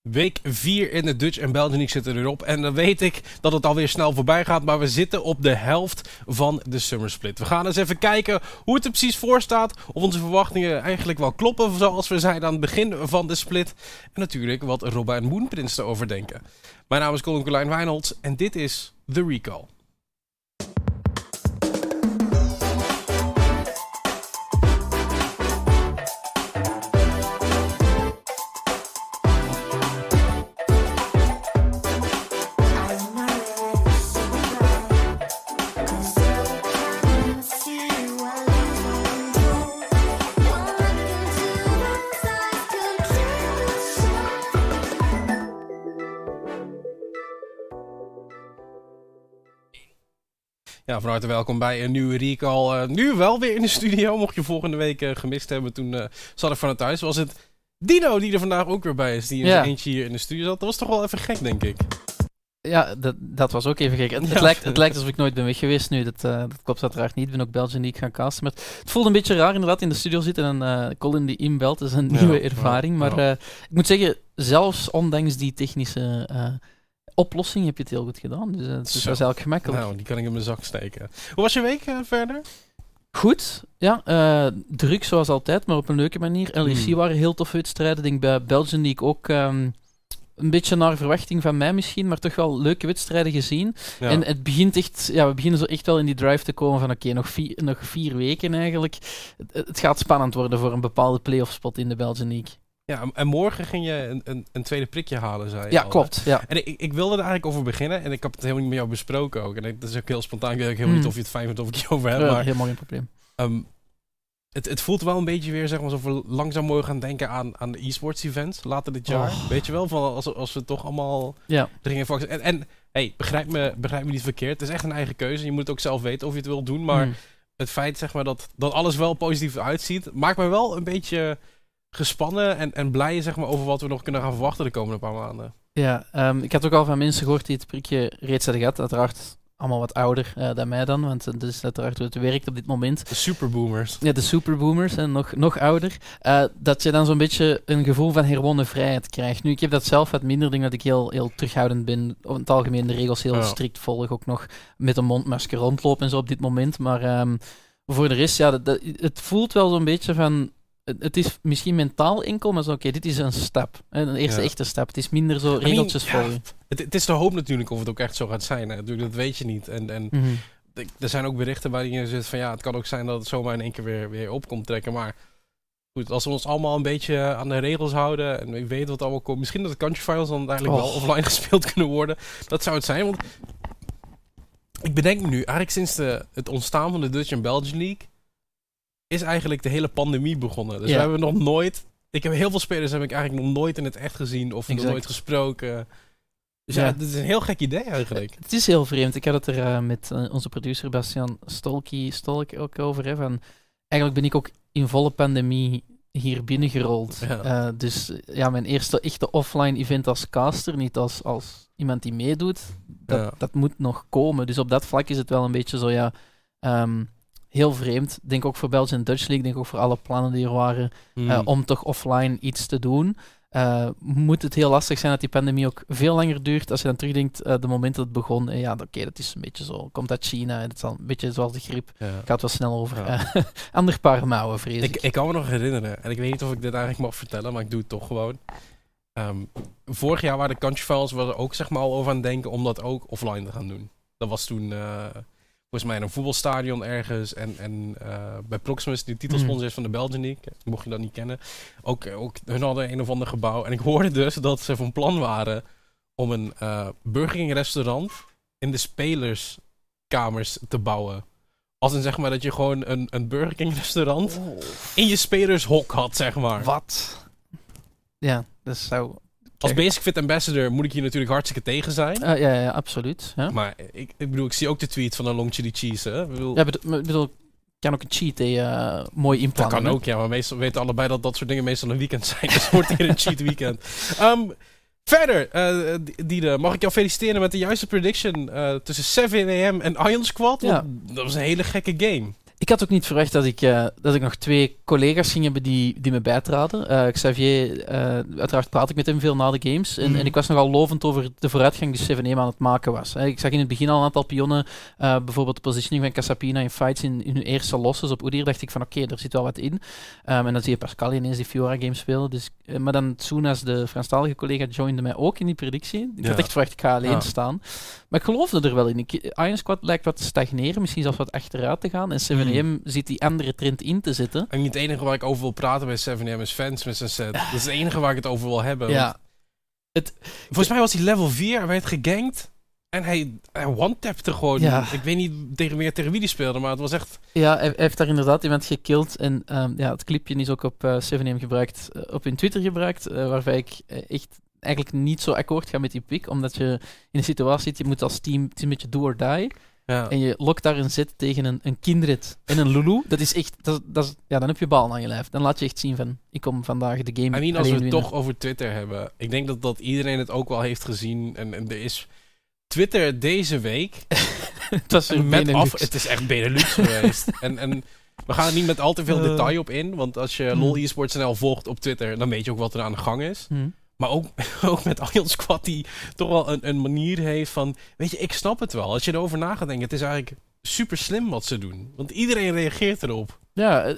Week 4 in de Dutch en Belgian League zit er weer op. En dan weet ik dat het alweer snel voorbij gaat. Maar we zitten op de helft van de Summer Split. We gaan eens even kijken hoe het er precies voor staat. Of onze verwachtingen eigenlijk wel kloppen. Zoals we zeiden aan het begin van de split. En natuurlijk wat Robba en Moonprins erover denken. Mijn naam is Colin Colijn Wijnholds. En dit is The Recall. Ja, van harte welkom bij een nieuwe Recall. Nu wel weer in de studio. Mocht je volgende week gemist hebben, toen zat ik vanuit thuis. Was het Dino die er vandaag ook weer bij is, die in zijn eentje hier in de studio zat. Dat was toch wel even gek, denk ik. Ja, dat was ook even gek. Het lijkt alsof ik nooit ben weg geweest nu. Dat klopt uiteraard niet. Ik ben ook Belgian League gaan casten. Maar het voelde een beetje raar inderdaad in de studio zitten en Colin die inbelt. Dat is een nieuwe ervaring. Maar ik moet zeggen, zelfs ondanks die technische oplossing heb je het heel goed gedaan. Dus dat is eigenlijk gemakkelijk. Nou, die kan ik in mijn zak steken. Hoe was je week verder? Goed, ja. Druk zoals altijd, maar op een leuke manier. LEC waren heel toffe wedstrijden. Ik denk bij Belgian League ook een beetje naar verwachting van mij misschien, maar toch wel leuke wedstrijden gezien. Ja. En het begint echt, we beginnen zo echt wel in die drive te komen van oké, nog 4 weken eigenlijk. Het gaat spannend worden voor een bepaalde playoff spot in de Belgian League. Ja, en morgen ging je een tweede prikje halen, zei je Ja, al, klopt. Ja. En ik wilde er eigenlijk over beginnen. En ik heb het helemaal niet met jou besproken ook. En dat is ook heel spontaan. Ik weet ook helemaal niet of je het fijn vindt of ik je over heb. Maar helemaal geen probleem. Het voelt wel een beetje weer, zeg maar, alsof we langzaam mogen gaan denken aan de e-sports events later dit jaar. Weet je wel, van als we toch allemaal erin focussen. En hey, begrijp me niet verkeerd. Het is echt een eigen keuze. Je moet het ook zelf weten of je het wilt doen. Maar het feit, zeg maar, dat alles wel positief uitziet, maakt me wel een beetje gespannen en blij, zeg maar, over wat we nog kunnen gaan verwachten de komende paar maanden. Ja, ik had ook al van mensen gehoord die het prikje reeds hadden gehad. Uiteraard allemaal wat ouder dan mij dan, want dat is uiteraard hoe het werkt op dit moment. De superboomers. Ja, de superboomers en nog ouder. Dat je dan zo'n beetje een gevoel van herwonnen vrijheid krijgt. Nu, ik heb dat zelf wat minder, denk dat ik heel terughoudend ben. Op het algemeen de regels heel strikt volg. Ook nog met een mondmasker rondlopen en zo op dit moment. Maar voor de rest, het voelt wel zo'n beetje van het is misschien mentaal enkel, maar oké, dit is een stap. Een eerste echte stap. Het is minder zo regeltjes volgen. Het is de hoop natuurlijk of het ook echt zo gaat zijn. Natuurlijk, dat weet je niet. En er zijn ook berichten waarin je zegt van het kan ook zijn dat het zomaar in één keer weer op komt trekken. Maar goed, als we ons allemaal een beetje aan de regels houden en ik weet wat allemaal komt. Misschien dat de country finals dan eigenlijk wel offline gespeeld kunnen worden. Dat zou het zijn, want ik bedenk me nu, eigenlijk sinds het ontstaan van de Dutch en Belgian League is eigenlijk de hele pandemie begonnen. Dus we hebben nog nooit... Ik heb heel veel spelers heb ik eigenlijk nog nooit in het echt gezien of nog nooit gesproken. Dus het is een heel gek idee eigenlijk. Het is heel vreemd. Ik had het er met onze producer Bastiaan Stolk ook over. Hè, van, eigenlijk ben ik ook in volle pandemie hier binnengerold. Ja. Dus mijn eerste echte offline event als caster, niet als iemand die meedoet, dat moet nog komen. Dus op dat vlak is het wel een beetje zo, heel vreemd. Denk ook voor Belgian Dutch League. Denk ook voor alle plannen die er waren om toch offline iets te doen. Moet het heel lastig zijn dat die pandemie ook veel langer duurt. Als je dan terugdenkt, de moment dat het begon. Dat is een beetje zo. Komt uit China. Het is al een beetje zoals de griep. Gaat wel snel over. Ander paar mouwen, vrees ik. Ik kan me nog herinneren. En ik weet niet of ik dit eigenlijk mag vertellen, maar ik doe het toch gewoon. Vorig jaar waren de country finals ook, zeg maar, al over aan het denken om dat ook offline te gaan doen. Dat was toen volgens mij in een voetbalstadion ergens. En bij Proximus, die titelsponsor is van de Belgian League. Mocht je dat niet kennen. Ook hun hadden een of ander gebouw. En ik hoorde dus dat ze van plan waren om een Burger King restaurant in de spelerskamers te bouwen. Als in, zeg maar, dat je gewoon een Burger King restaurant in je spelershok had, zeg maar. Wat? Ja, dat zou... Als Basic Fit Ambassador moet ik hier natuurlijk hartstikke tegen zijn. Ja, absoluut. Ja. Maar ik bedoel, ik zie ook de tweet van een long chili cheese. Hè? Ik bedoel, kan ook een cheat day mooi inplannen. Dat kan ook, ja. Maar meestal weten allebei dat soort dingen meestal een weekend zijn. Dus het wordt hier een cheat weekend. Verder, Diede, mag ik jou feliciteren met de juiste prediction tussen 7 AM en Ion Squad? Ja. Dat was een hele gekke game. Ik had ook niet verwacht dat ik nog 2 collega's ging hebben die me bijtraden. Xavier, uiteraard praat ik met hem veel na de games. En ik was nogal lovend over de vooruitgang die 7M aan het maken was. Ik zag in het begin al een aantal pionnen. Bijvoorbeeld de positioning van Casapina in fights in hun eerste losses op Udyr. Dacht ik van oké, er zit wel wat in. En dan zie je Pascal ineens die Fiora game spelen. Dus, maar dan toen als de Franstalige collega joinde mij ook in die predictie. Ik had echt verwacht, ik ga alleen staan. Maar ik geloofde er wel in. Iron Squad lijkt wat te stagneren. Misschien zelfs wat achteruit te gaan. En 7M ziet die andere trend in te zitten. En niet het enige waar ik over wil praten bij 7M is fans met zijn set. Dat is het enige waar ik het over wil hebben. Ja. Volgens mij was hij level 4, hij werd gegankt. En hij one-tapte gewoon. Ja. Ik weet niet tegen wie die speelde, maar het was echt... Ja, hij heeft daar inderdaad iemand gekillt. En het clipje is ook op 7M gebruikt, op hun Twitter gebruikt, waarbij ik echt eigenlijk niet zo akkoord ga met die pick, omdat je in een situatie zit, je moet als team, het is een beetje do or die. Ja. En je lokt daar een zet tegen een Kindred en een Lulu. Dat is echt... dan heb je bal aan je lijf. Dan laat je echt zien van... Ik kom vandaag de game alleen als we het winnen. toch over Twitter hebben. Ik denk dat iedereen het ook wel heeft gezien. En er is... Twitter deze week... het was het is echt Benelux geweest. En we gaan er niet met al te veel detail op in. Want als je LoL eSports snel volgt op Twitter... dan weet je ook wat er aan de gang is. Maar ook met Iron Squad die toch wel een manier heeft van... Weet je, ik snap het wel. Als je erover na gaat denken, het is eigenlijk super slim wat ze doen. Want iedereen reageert erop. Ja,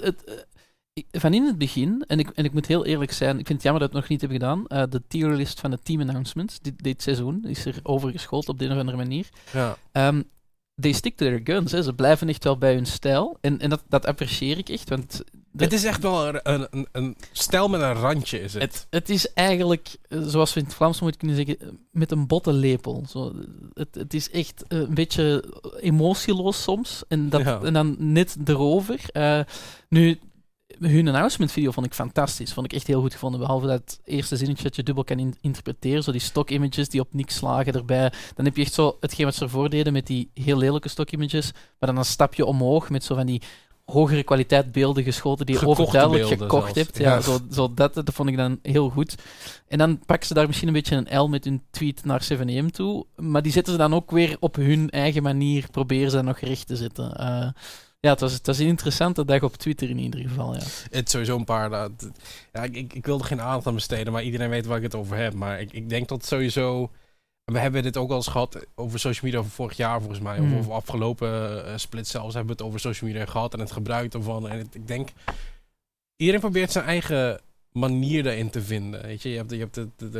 van in het begin, en ik moet heel eerlijk zijn, ik vind het jammer dat we het nog niet hebben gedaan, de tierlist van de team announcements, dit seizoen, is er overgeschoold op de een of andere manier. Ja. They stick to their guns, hè. Ze blijven echt wel bij hun stijl. En dat apprecieer ik echt, want... Het is echt wel een stijl met een randje, is het. Het is eigenlijk, zoals we in het Vlaams moeten kunnen zeggen, met een botte lepel. Zo, het is echt een beetje emotieloos soms. En dan net erover. Nu, hun announcement video vond ik fantastisch. Vond ik echt heel goed gevonden. Behalve dat eerste zinnetje dat je dubbel kan interpreteren. Zo die stock images die op niks slagen erbij. Dan heb je echt zo hetgeen wat ze ervoor deden met die heel lelijke stock images. Maar dan een stapje omhoog met zo van die hogere kwaliteit beelden geschoten die je overduidelijk gekocht hebt. Ja, dat vond ik dan heel goed. En dan pakken ze daar misschien een beetje een L met hun tweet naar 7M toe. Maar die zetten ze dan ook weer op hun eigen manier. Proberen ze dat nog recht te zetten. Ja, het was een interessante dag op Twitter in ieder geval, ja. Het is sowieso een paar... ik wilde geen aandacht aan besteden, maar iedereen weet waar ik het over heb. Maar ik denk dat sowieso... We hebben dit ook al eens gehad over social media van vorig jaar volgens mij. Of over afgelopen split zelfs hebben we het over social media gehad en het gebruik ervan. En ik denk... Iedereen probeert zijn eigen manier daarin te vinden. Weet je hebt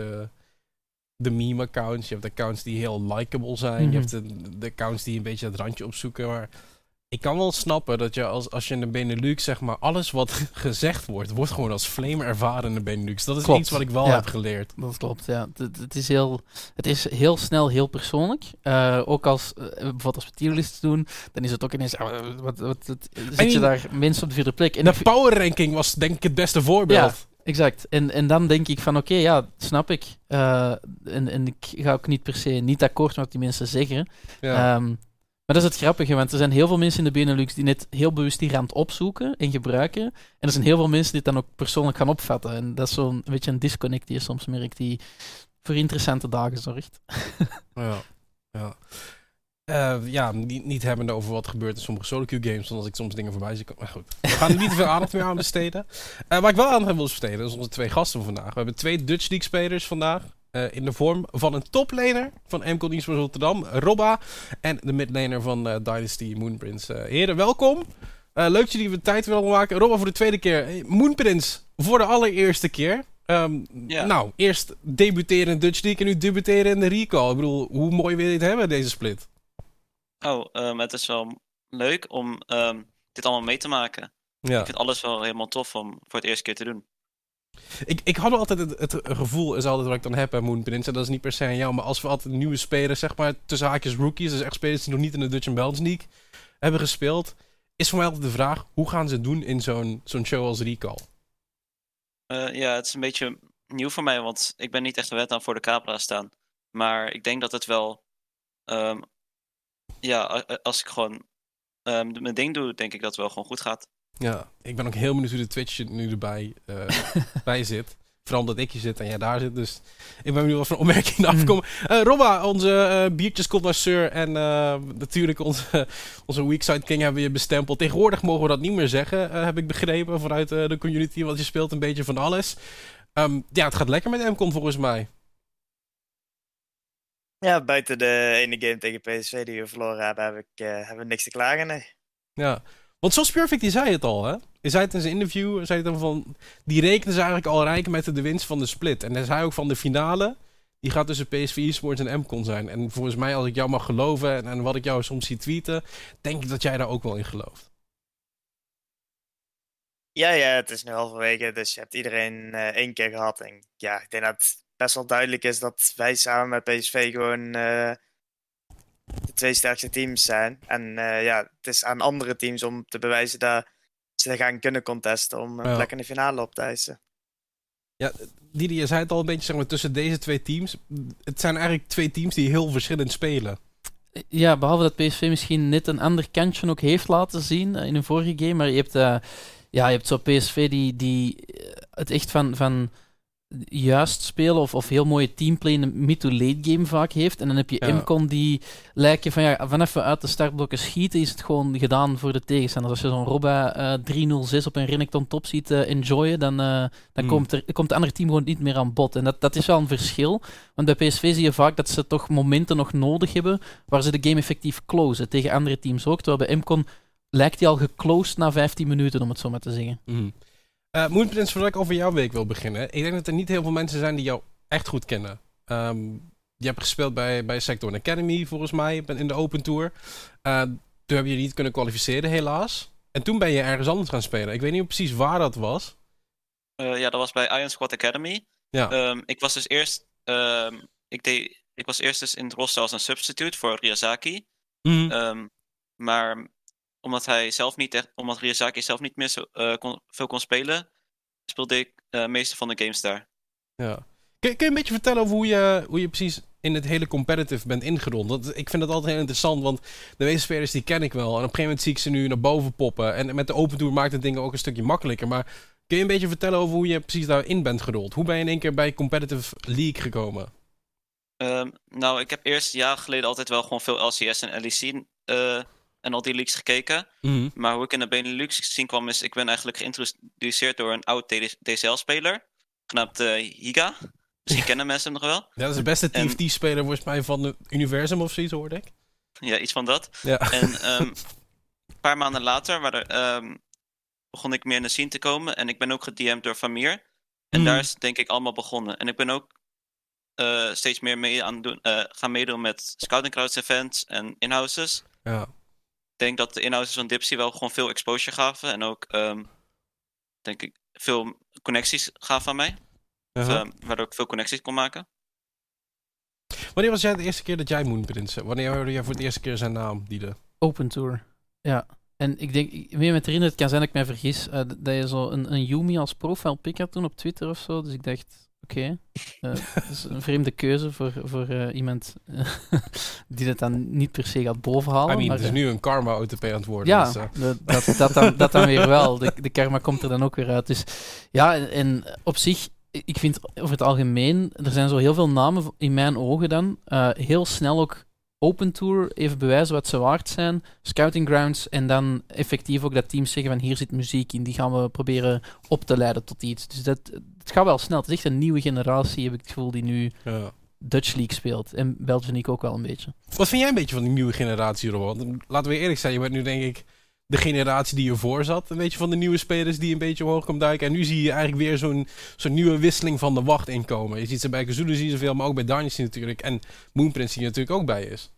de meme-accounts. Je hebt accounts die heel likable zijn. Je hebt de accounts die een beetje het randje opzoeken. Maar ik kan wel snappen dat je als je in de Benelux, zeg maar, alles wat gezegd wordt gewoon als flame ervaren in de Benelux. Dat is iets wat ik wel heb geleerd. Dat klopt, ja. Het is heel snel heel persoonlijk. Ook als, bijvoorbeeld als we tierlists doen, dan is het ook ineens, zet je daar mensen op de vierde plek. En de power ranking was denk ik het beste voorbeeld. Ja. Exact. En dan denk ik van oké, ja, snap ik. En ik ga ook niet per se niet akkoord met wat die mensen zeggen. Ja. Maar dat is het grappige, want er zijn heel veel mensen in de Benelux die net heel bewust die rand opzoeken en gebruiken. En er zijn heel veel mensen die het dan ook persoonlijk gaan opvatten. En dat is zo'n beetje een disconnect die je soms merkt, die voor interessante dagen zorgt. Niet hebbende over wat gebeurt in sommige solo queue games, zoals ik soms dingen voorbij zie. Maar goed, we gaan er niet te veel aandacht meer aan besteden. Waar ik wel aandacht aan wil besteden, dat is onze 2 gasten van vandaag. We hebben 2 Dutch League spelers vandaag. In de vorm van een toplaner van MCON eSports Rotterdam, Robba. En de midlaner van Dynasty, Moonprince. Heren, welkom. Leuk dat jullie de tijd willen maken. Robba voor de tweede keer. Moonprince voor de allereerste keer. Nou, eerst debuteren in Dutch League en nu debuteren in de Recall. Ik bedoel, hoe mooi wil je het hebben, deze split? Het is wel leuk om dit allemaal mee te maken. Ja. Ik vind alles wel helemaal tof om voor het eerste keer te doen. Ik had altijd het gevoel, is altijd wat ik dan heb bij Moonprince, en dat is niet per se aan jou, maar als we altijd nieuwe spelers, zeg maar, tussen haakjes rookies, dus echt spelers die nog niet in de Dutch and Belgian League hebben gespeeld, is voor mij altijd de vraag, hoe gaan ze het doen in zo'n show als Recall? Het is een beetje nieuw voor mij, want ik ben niet echt gewend aan voor de camera staan. Maar ik denk dat het wel, als ik gewoon mijn ding doe, denk ik dat het wel gewoon goed gaat. Ja, ik ben ook heel benieuwd hoe de Twitch nu erbij bij zit. Vooral omdat ik hier zit en jij daar zit. Dus ik ben benieuwd wat voor opmerkingen afkomen. Robba, onze biertjesconnoisseur en natuurlijk onze Weekside King hebben we je bestempeld. Tegenwoordig mogen we dat niet meer zeggen, heb ik begrepen vanuit de community. Want je speelt een beetje van alles. Het gaat lekker met MCON volgens mij. Ja, buiten de ene game tegen PSV die we verloren hebben, hebben we niks te klagen, nee. Ja, want Sos Perfect, die zei het al, hè? Hij zei het in zijn interview, zei het dan van... Die rekenen ze eigenlijk al rijk met de winst van de split. En hij zei ook van de finale, die gaat tussen PSV eSports en MCON zijn. En volgens mij, als ik jou mag geloven en wat ik jou soms zie tweeten, denk ik dat jij daar ook wel in gelooft. Ja, het is nu halverwege, dus je hebt iedereen 1 keer gehad. En ja, ik denk dat het best wel duidelijk is dat wij samen met PSV gewoon de 2 sterkste teams zijn. En het is aan andere teams om te bewijzen dat ze gaan kunnen contesten om een plek in de finale op te eisen. Ja, Didi, je zei het al een beetje, zeg maar, tussen deze 2 teams. Het zijn eigenlijk 2 teams die heel verschillend spelen. Ja, behalve dat PSV misschien net een ander kantje ook heeft laten zien in een vorige game. Maar je hebt zo PSV die het echt van juist spelen of heel mooie teamplay in de mid-to-late game vaak heeft. En dan heb je MCON die lijken van vanaf we uit de startblokken schieten is het gewoon gedaan voor de tegenstanders. Als je zo'n Robba 3-0-6 op een Renekton top ziet enjoyen, dan komt het andere team gewoon niet meer aan bod. En dat is wel een verschil. Want bij PSV zie je vaak dat ze toch momenten nog nodig hebben waar ze de game effectief closen. Tegen andere teams ook. Terwijl bij MCON lijkt hij al geclosed na 15 minuten, om het zo maar te zeggen. Moonprins, voordat ik over jouw week wil beginnen. Ik denk dat er niet heel veel mensen zijn die jou echt goed kennen. Je hebt gespeeld bij Sector Academy, volgens mij, in de Open Tour. Toen heb je niet kunnen kwalificeren, helaas. En toen ben je ergens anders gaan spelen. Ik weet niet precies waar dat was. Dat was bij Iron Squad Academy. Ja. Ik was dus eerst... ik was eerst dus in het roster als een substitute voor Ryazaki. Maar omdat Ryazaki zelf niet meer veel kon spelen, speelde ik de meeste van de games daar. Ja. Kun je een beetje vertellen over hoe je precies in het hele competitive bent ingerold? Ik vind dat altijd heel interessant, want de meeste spelers die ken ik wel. En op een gegeven moment zie ik ze nu naar boven poppen. En met de Open Tour maakt het dingen ook een stukje makkelijker. Maar kun je een beetje vertellen over hoe je precies daarin bent gerold? Hoe ben je in één keer bij Competitive League gekomen? Ik heb eerst jaren geleden altijd wel gewoon veel LCS en LEC en al die leagues gekeken. Maar hoe ik in de Benelux zien kwam is, ik ben eigenlijk geïntroduceerd door een oud DCL-speler, genaamd Higa. Misschien kennen mensen hem nog wel. Ja, dat is de beste TFT-speler volgens mij van het universum of zoiets, hoorde ik. Ja, iets van dat. Ja. En een paar maanden later begon ik meer in de scene te komen. En ik ben ook gedM'd door Famir. En daar is denk ik allemaal begonnen. En ik ben ook steeds meer gaan meedoen met Scouting Crowds events en in-houses. Ja. Ik denk dat de in-houses van Dipsy wel gewoon veel exposure gaven. En ook, denk ik, veel connecties gaven aan mij. Waardoor ik veel connecties kon maken. Wanneer was jij de eerste keer dat jij Moonprins? Wanneer hoorde jij voor het eerste keer zijn naam, Diede? Open Tour, ja. En ik denk, weet je me te herinneren, het kan zijn dat ik mij vergis, dat je zo een Yumi als profile pic had toen op Twitter of zo. Dus ik dacht, oké, dat is een vreemde keuze voor iemand die dat dan niet per se gaat bovenhalen. Het is nu een karma-OTP aan het worden. Ja, dus, dat dan weer wel. De karma komt er dan ook weer uit. Dus ja, en op zich, ik vind over het algemeen, er zijn zo heel veel namen in mijn ogen dan, heel snel ook Open Tour, even bewijzen wat ze waard zijn, Scouting Grounds en dan effectief ook dat teams zeggen van hier zit muziek in, die gaan we proberen op te leiden tot iets. Dus het gaat wel snel. Het is echt een nieuwe generatie, heb ik het gevoel, die nu Dutch League speelt. En Belgian League ook wel een beetje. Wat vind jij een beetje van die nieuwe generatie, Rob? Want laten we eerlijk zijn, je bent nu denk ik de generatie die ervoor zat. Een beetje van de nieuwe spelers die een beetje omhoog komen duiken. En nu zie je eigenlijk weer zo'n nieuwe wisseling van de wacht inkomen. Je ziet ze bij Kazulu zie je zoveel, maar ook bij Dynasty natuurlijk. En Moonprince die er natuurlijk ook bij is.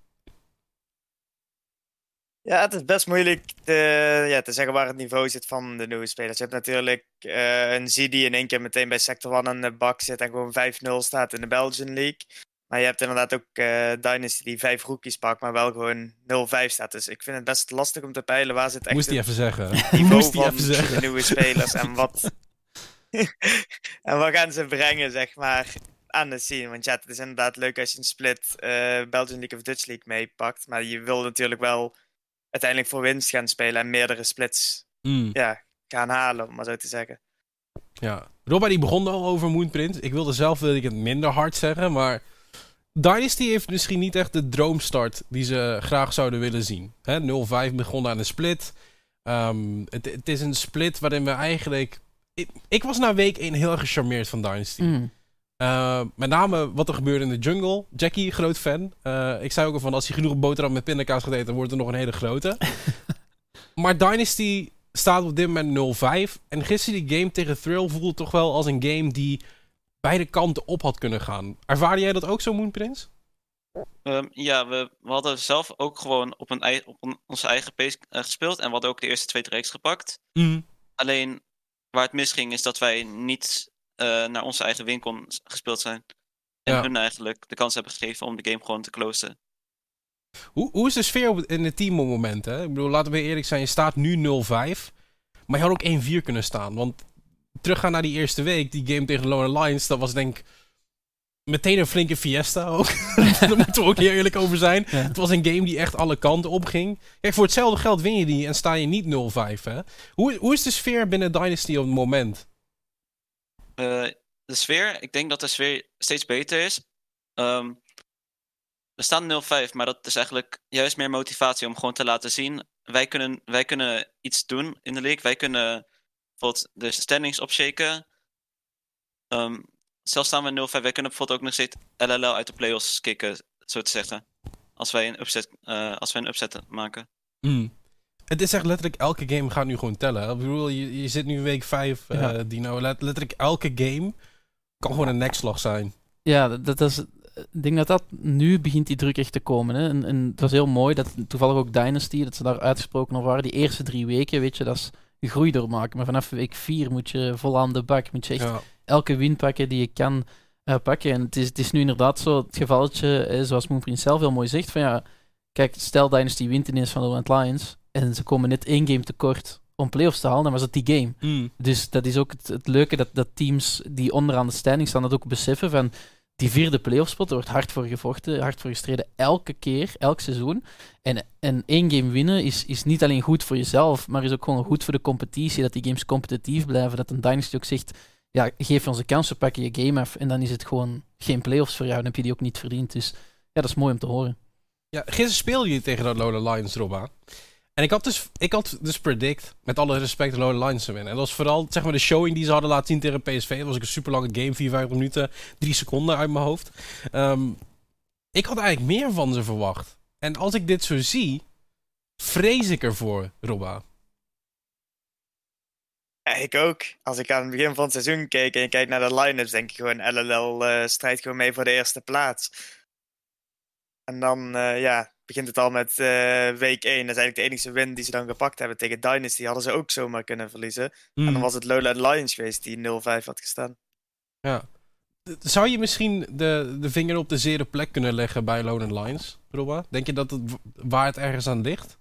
Ja, het is best moeilijk te zeggen waar het niveau zit van de nieuwe spelers. Je hebt natuurlijk een Z die in één keer meteen bij Sector 1 aan de bak zit en gewoon 5-0 staat in de Belgian League. Maar je hebt inderdaad ook Dynasty die 5 rookies pakt, maar wel gewoon 0-5 staat. Dus ik vind het best lastig om te peilen waar zit echt Moest hij even zeggen. Niveau van de nieuwe spelers en wat en wat gaan ze brengen, zeg maar, aan de scene. Want ja, het is inderdaad leuk als je een split Belgian League of Dutch League meepakt. Maar je wil natuurlijk wel uiteindelijk voor winst gaan spelen en meerdere splits gaan halen, om maar zo te zeggen. Ja. Robba die begon al over Moonprint. Ik wilde zelf het minder hard zeggen, maar Dynasty heeft misschien niet echt de droomstart die ze graag zouden willen zien. 0-5 begon aan een split. Het is een split waarin we eigenlijk... Ik was na week 1 heel erg gecharmeerd van Dynasty. Met name wat er gebeurde in de jungle. Jackie, groot fan. Ik zei ook al van, als hij genoeg boterham met pindakaas gaat eten, dan wordt er nog een hele grote. Maar Dynasty staat op dit moment 0-5. En gisteren die game tegen Thrill voelde toch wel als een game die beide kanten op had kunnen gaan. Ervaarde jij dat ook zo, Moonprince? Ja, we hadden zelf ook gewoon op onze eigen pace gespeeld. En we hadden ook de eerste 2 tracks gepakt. Alleen waar het misging is dat wij niet naar onze eigen winkel gespeeld zijn. En hun eigenlijk de kans hebben gegeven om de game gewoon te closen. Hoe is de sfeer in het team op het moment? Hè? Ik bedoel, laten we eerlijk zijn, je staat nu 0-5. Maar je had ook 1-4 kunnen staan. Want teruggaan naar die eerste week, die game tegen de Lone Lions, dat was denk ik meteen een flinke fiesta ook. Daar moeten we ook heel eerlijk over zijn. Ja. Het was een game die echt alle kanten opging. Kijk, voor hetzelfde geld win je die en sta je niet 0-5. Hè? Hoe is de sfeer binnen Dynasty op het moment? De sfeer? Ik denk dat de sfeer steeds beter is. We staan 0-5, maar dat is eigenlijk juist meer motivatie om gewoon te laten zien. Wij kunnen iets doen in de league. Wij kunnen bijvoorbeeld de standings opshaken. Zelfs staan we 0-5, wij kunnen bijvoorbeeld ook nog steeds LLL uit de playoffs kicken, zo te zeggen. Als wij een upset maken. Het is echt letterlijk, elke game gaat nu gewoon tellen. Ik bedoel, je zit nu week 5, Dino. Letterlijk elke game kan gewoon een nekslag zijn. Ja, dat is... Ik denk dat nu begint die druk echt te komen. Hè? En het was heel mooi dat toevallig ook Dynasty, dat ze daar uitgesproken over waren. Die eerste 3 weken, weet je, dat is groei doormaken. Maar vanaf week 4 moet je vol aan de bak. Moet je echt elke win pakken die je kan pakken. En het is nu inderdaad zo het gevalletje, zoals Moonprince zelf heel mooi zegt, van ja, kijk, stel Dynasty wint ineens van de Lone Lions en ze komen net 1 game tekort om playoffs te halen, dan was het die game. Dus dat is ook het leuke, dat teams die onderaan de standing staan, dat ook beseffen van die 4e playoffspot, er wordt hard voor gevochten, hard voor gestreden, elke keer, elk seizoen. En 1 game winnen is niet alleen goed voor jezelf, maar is ook gewoon goed voor de competitie, dat die games competitief blijven, dat een Dynasty ook zegt, ja, geef ons een kans, we pakken je game af, en dan is het gewoon geen playoffs voor jou, dan heb je die ook niet verdiend. Dus ja, dat is mooi om te horen. Ja, gisteren speelde je tegen de Lone Lions, Robba. En ik had dus predict, met alle respect, de Lone Lions te winnen. En dat was vooral, zeg maar, de showing die ze hadden laten zien tegen PSV. Dat was ook een super lange game, 4-5 minuten, 3 seconden uit mijn hoofd. Ik had eigenlijk meer van ze verwacht. En als ik dit zo zie, vrees ik ervoor, Robba. Ja, ik ook. Als ik aan het begin van het seizoen keek en je kijkt naar de line-ups, denk ik gewoon LLL strijdt gewoon mee voor de eerste plaats. En dan begint het al met week 1. Dat is eigenlijk de enige win die ze dan gepakt hebben tegen Dynasty. Hadden ze ook zomaar kunnen verliezen. En dan was het Lowland Lions geweest die 0-5 had gestaan. Ja. Zou je misschien de vinger op de zere plek kunnen leggen bij Lowland Lions, Robba? Denk je dat waar het ergens aan ligt?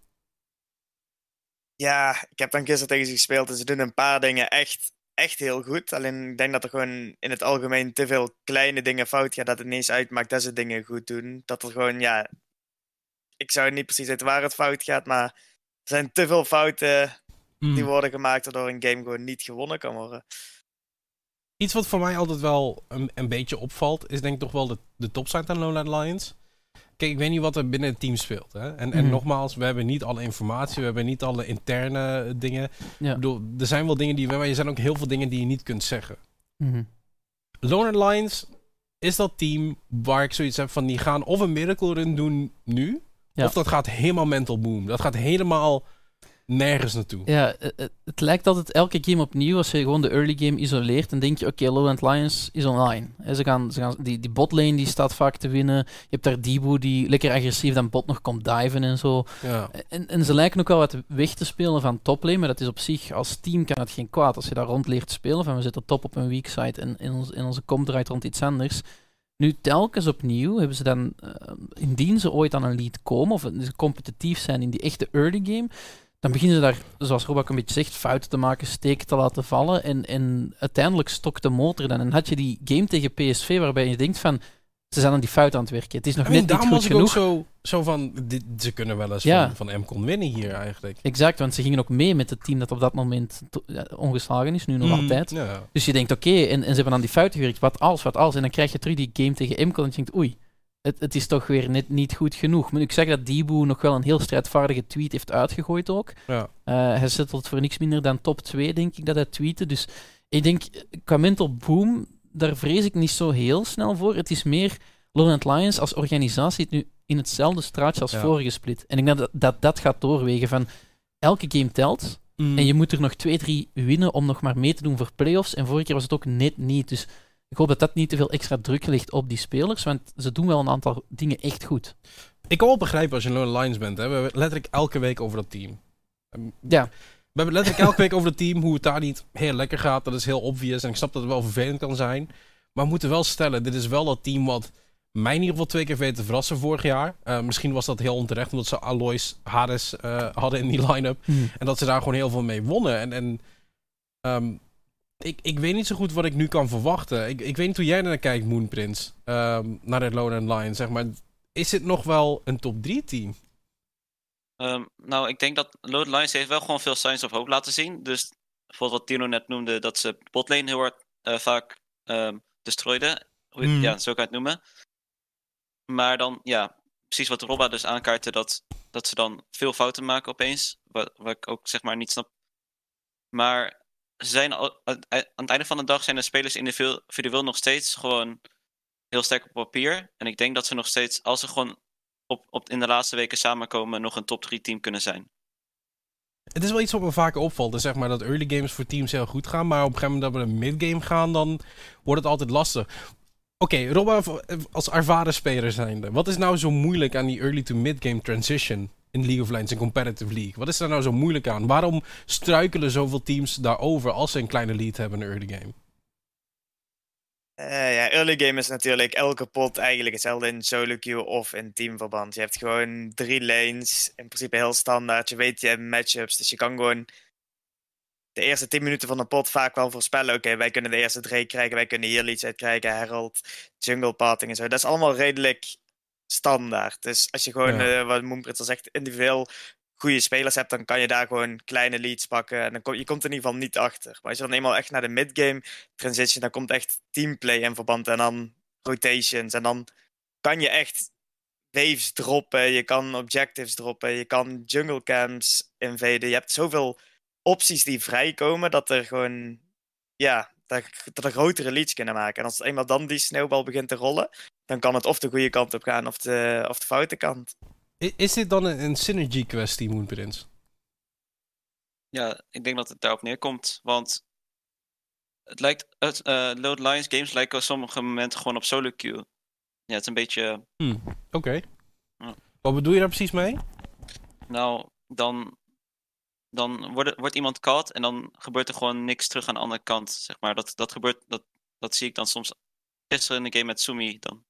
Ja, ik heb dan gisteren tegen ze gespeeld en ze doen een paar dingen echt heel goed. Alleen ik denk dat er gewoon in het algemeen te veel kleine dingen fout gaat, dat het niet eens uitmaakt dat ze dingen goed doen. Dat er gewoon, ik zou niet precies weten waar het fout gaat, maar er zijn te veel fouten die worden gemaakt waardoor een game gewoon niet gewonnen kan worden. Iets wat voor mij altijd wel een beetje opvalt, is denk ik toch wel de topside aan Lowland Lions. Kijk, ik weet niet wat er binnen het team speelt. Hè? En nogmaals, we hebben niet alle informatie, we hebben niet alle interne dingen. Ja. Ik bedoel, er zijn wel dingen maar er zijn ook heel veel dingen die je niet kunt zeggen. Lowland Lions is dat team waar ik zoiets heb van, die gaan of een miracle run doen nu, of dat gaat helemaal mental boom. Dat gaat helemaal nergens naartoe. Ja, het lijkt altijd elke game opnieuw, als je gewoon de early game isoleert, dan denk je, oké, Lowland Lions is online. Ze gaan die botlane die staat vaak te winnen. Je hebt daar Deebo die lekker agressief dan bot nog komt diven en zo. Ja. En ze lijken ook wel wat weg te spelen van toplane, maar dat is op zich, als team kan het geen kwaad. Als je daar rond leert spelen, van we zitten top op een weak side en onze comp draait rond iets anders. Nu, telkens opnieuw hebben ze dan, indien ze ooit aan een lead komen, of ze competitief zijn in die echte early game, dan beginnen ze daar, zoals Rob ook een beetje zegt, fouten te maken, steken te laten vallen. En uiteindelijk stokt de motor dan. En had je die game tegen PSV waarbij je denkt van, ze zijn aan die fout aan het werken. Het is nog net niet goed genoeg. zo van, ze kunnen wel eens van MCON winnen hier eigenlijk. Exact, want ze gingen ook mee met het team dat op dat moment ongeslagen is, nu nog altijd. Ja. Dus je denkt, oké, en ze hebben dan die fouten gewerkt, wat als. En dan krijg je terug die game tegen MCON en je denkt, oei, het is toch weer net niet goed genoeg. Maar ik zeg dat Deebo nog wel een heel strijdvaardige tweet heeft uitgegooid ook. Ja. Hij settelt voor niks minder dan top 2, denk ik, dat hij tweette. Dus ik denk, qua mental boom, daar vrees ik niet zo heel snel voor. Het is meer, Lowland Lions als organisatie nu in hetzelfde straatje als vorige split. En ik denk dat gaat doorwegen van, elke game telt. En je moet er nog 2-3 winnen om nog maar mee te doen voor playoffs. En vorige keer was het ook net niet. Dus ik hoop dat niet te veel extra druk ligt op die spelers, want ze doen wel een aantal dingen echt goed. Ik kan wel begrijpen als je Lowland Lions bent. Hè. We hebben letterlijk elke week over dat team. Ja. We hebben letterlijk elke week over het team, hoe het daar niet heel lekker gaat. Dat is heel obvious en ik snap dat het wel vervelend kan zijn. Maar we moeten wel stellen, dit is wel dat team wat mij in ieder geval 2 keer weten te verrassen vorig jaar. Misschien was dat heel onterecht, omdat ze Alois Hades hadden in die line-up. En dat ze daar gewoon heel veel mee wonnen. Ik weet niet zo goed wat ik nu kan verwachten. Ik weet niet hoe jij naar kijkt, Moonprince. Naar de Lowland Lions, zeg maar. Is het nog wel een top 3 team? Nou, ik denk dat Lowland Lions heeft wel gewoon veel signs of hope laten zien. Dus bijvoorbeeld wat Tino net noemde, dat ze botlane heel hard vaak destroyden. Ja, zo kan je het noemen. Maar dan, ja, precies wat Robba dus aankaartte, dat ze dan veel fouten maken opeens. Wat ik ook zeg maar niet snap. Maar ze zijn aan het einde van de dag zijn de spelers individueel nog steeds gewoon heel sterk op papier. En ik denk dat ze nog steeds, als ze gewoon in de laatste weken samenkomen, nog een top 3 team kunnen zijn. Het is wel iets wat me vaker opvalt. Dus zeg maar dat early games voor teams heel goed gaan. Maar op een gegeven moment dat we een midgame gaan, dan wordt het altijd lastig. Oké, Robba, als ervaren speler zijnde. Wat is nou zo moeilijk aan die early to mid-game transition in League of Legends en Competitive League? Wat is daar nou zo moeilijk aan? Waarom struikelen zoveel teams daarover als ze een kleine lead hebben in de early game? Early game is natuurlijk elke pot eigenlijk hetzelfde in solo queue of in teamverband. Je hebt gewoon 3 lanes, in principe heel standaard. Je weet je hebt matchups, dus je kan gewoon de eerste 10 minuten van de pot vaak wel voorspellen. Oké, wij kunnen de eerste Drake krijgen, wij kunnen hier leads uit krijgen, Herald, jungle pathing en zo. Dat is allemaal redelijk standaard. Dus als je gewoon, wat Moonprince al zegt, individueel goede spelers hebt, dan kan je daar gewoon kleine leads pakken. En dan je komt er in ieder geval niet achter. Maar als je dan eenmaal echt naar de midgame transition, dan komt echt teamplay in verband en dan rotations. En dan kan je echt waves droppen, je kan objectives droppen, je kan jungle camps invaden. Je hebt zoveel opties die vrijkomen dat er gewoon, dat er grotere leads kunnen maken. En als het eenmaal dan die sneeuwbal begint te rollen, dan kan het of de goede kant op gaan of de foute kant. Is dit dan een synergy kwestie, Moonprince? Ja, ik denk dat het daarop neerkomt. Want het lijkt, Lowland Lions games lijken op sommige momenten gewoon op solo queue. Ja, het is een beetje... Oké. Ja. Wat bedoel je daar precies mee? Nou, dan wordt iemand caught en dan gebeurt er gewoon niks terug aan de andere kant. Zeg maar. Dat gebeurt, dat zie ik dan soms gisteren in de game met Sumi dan.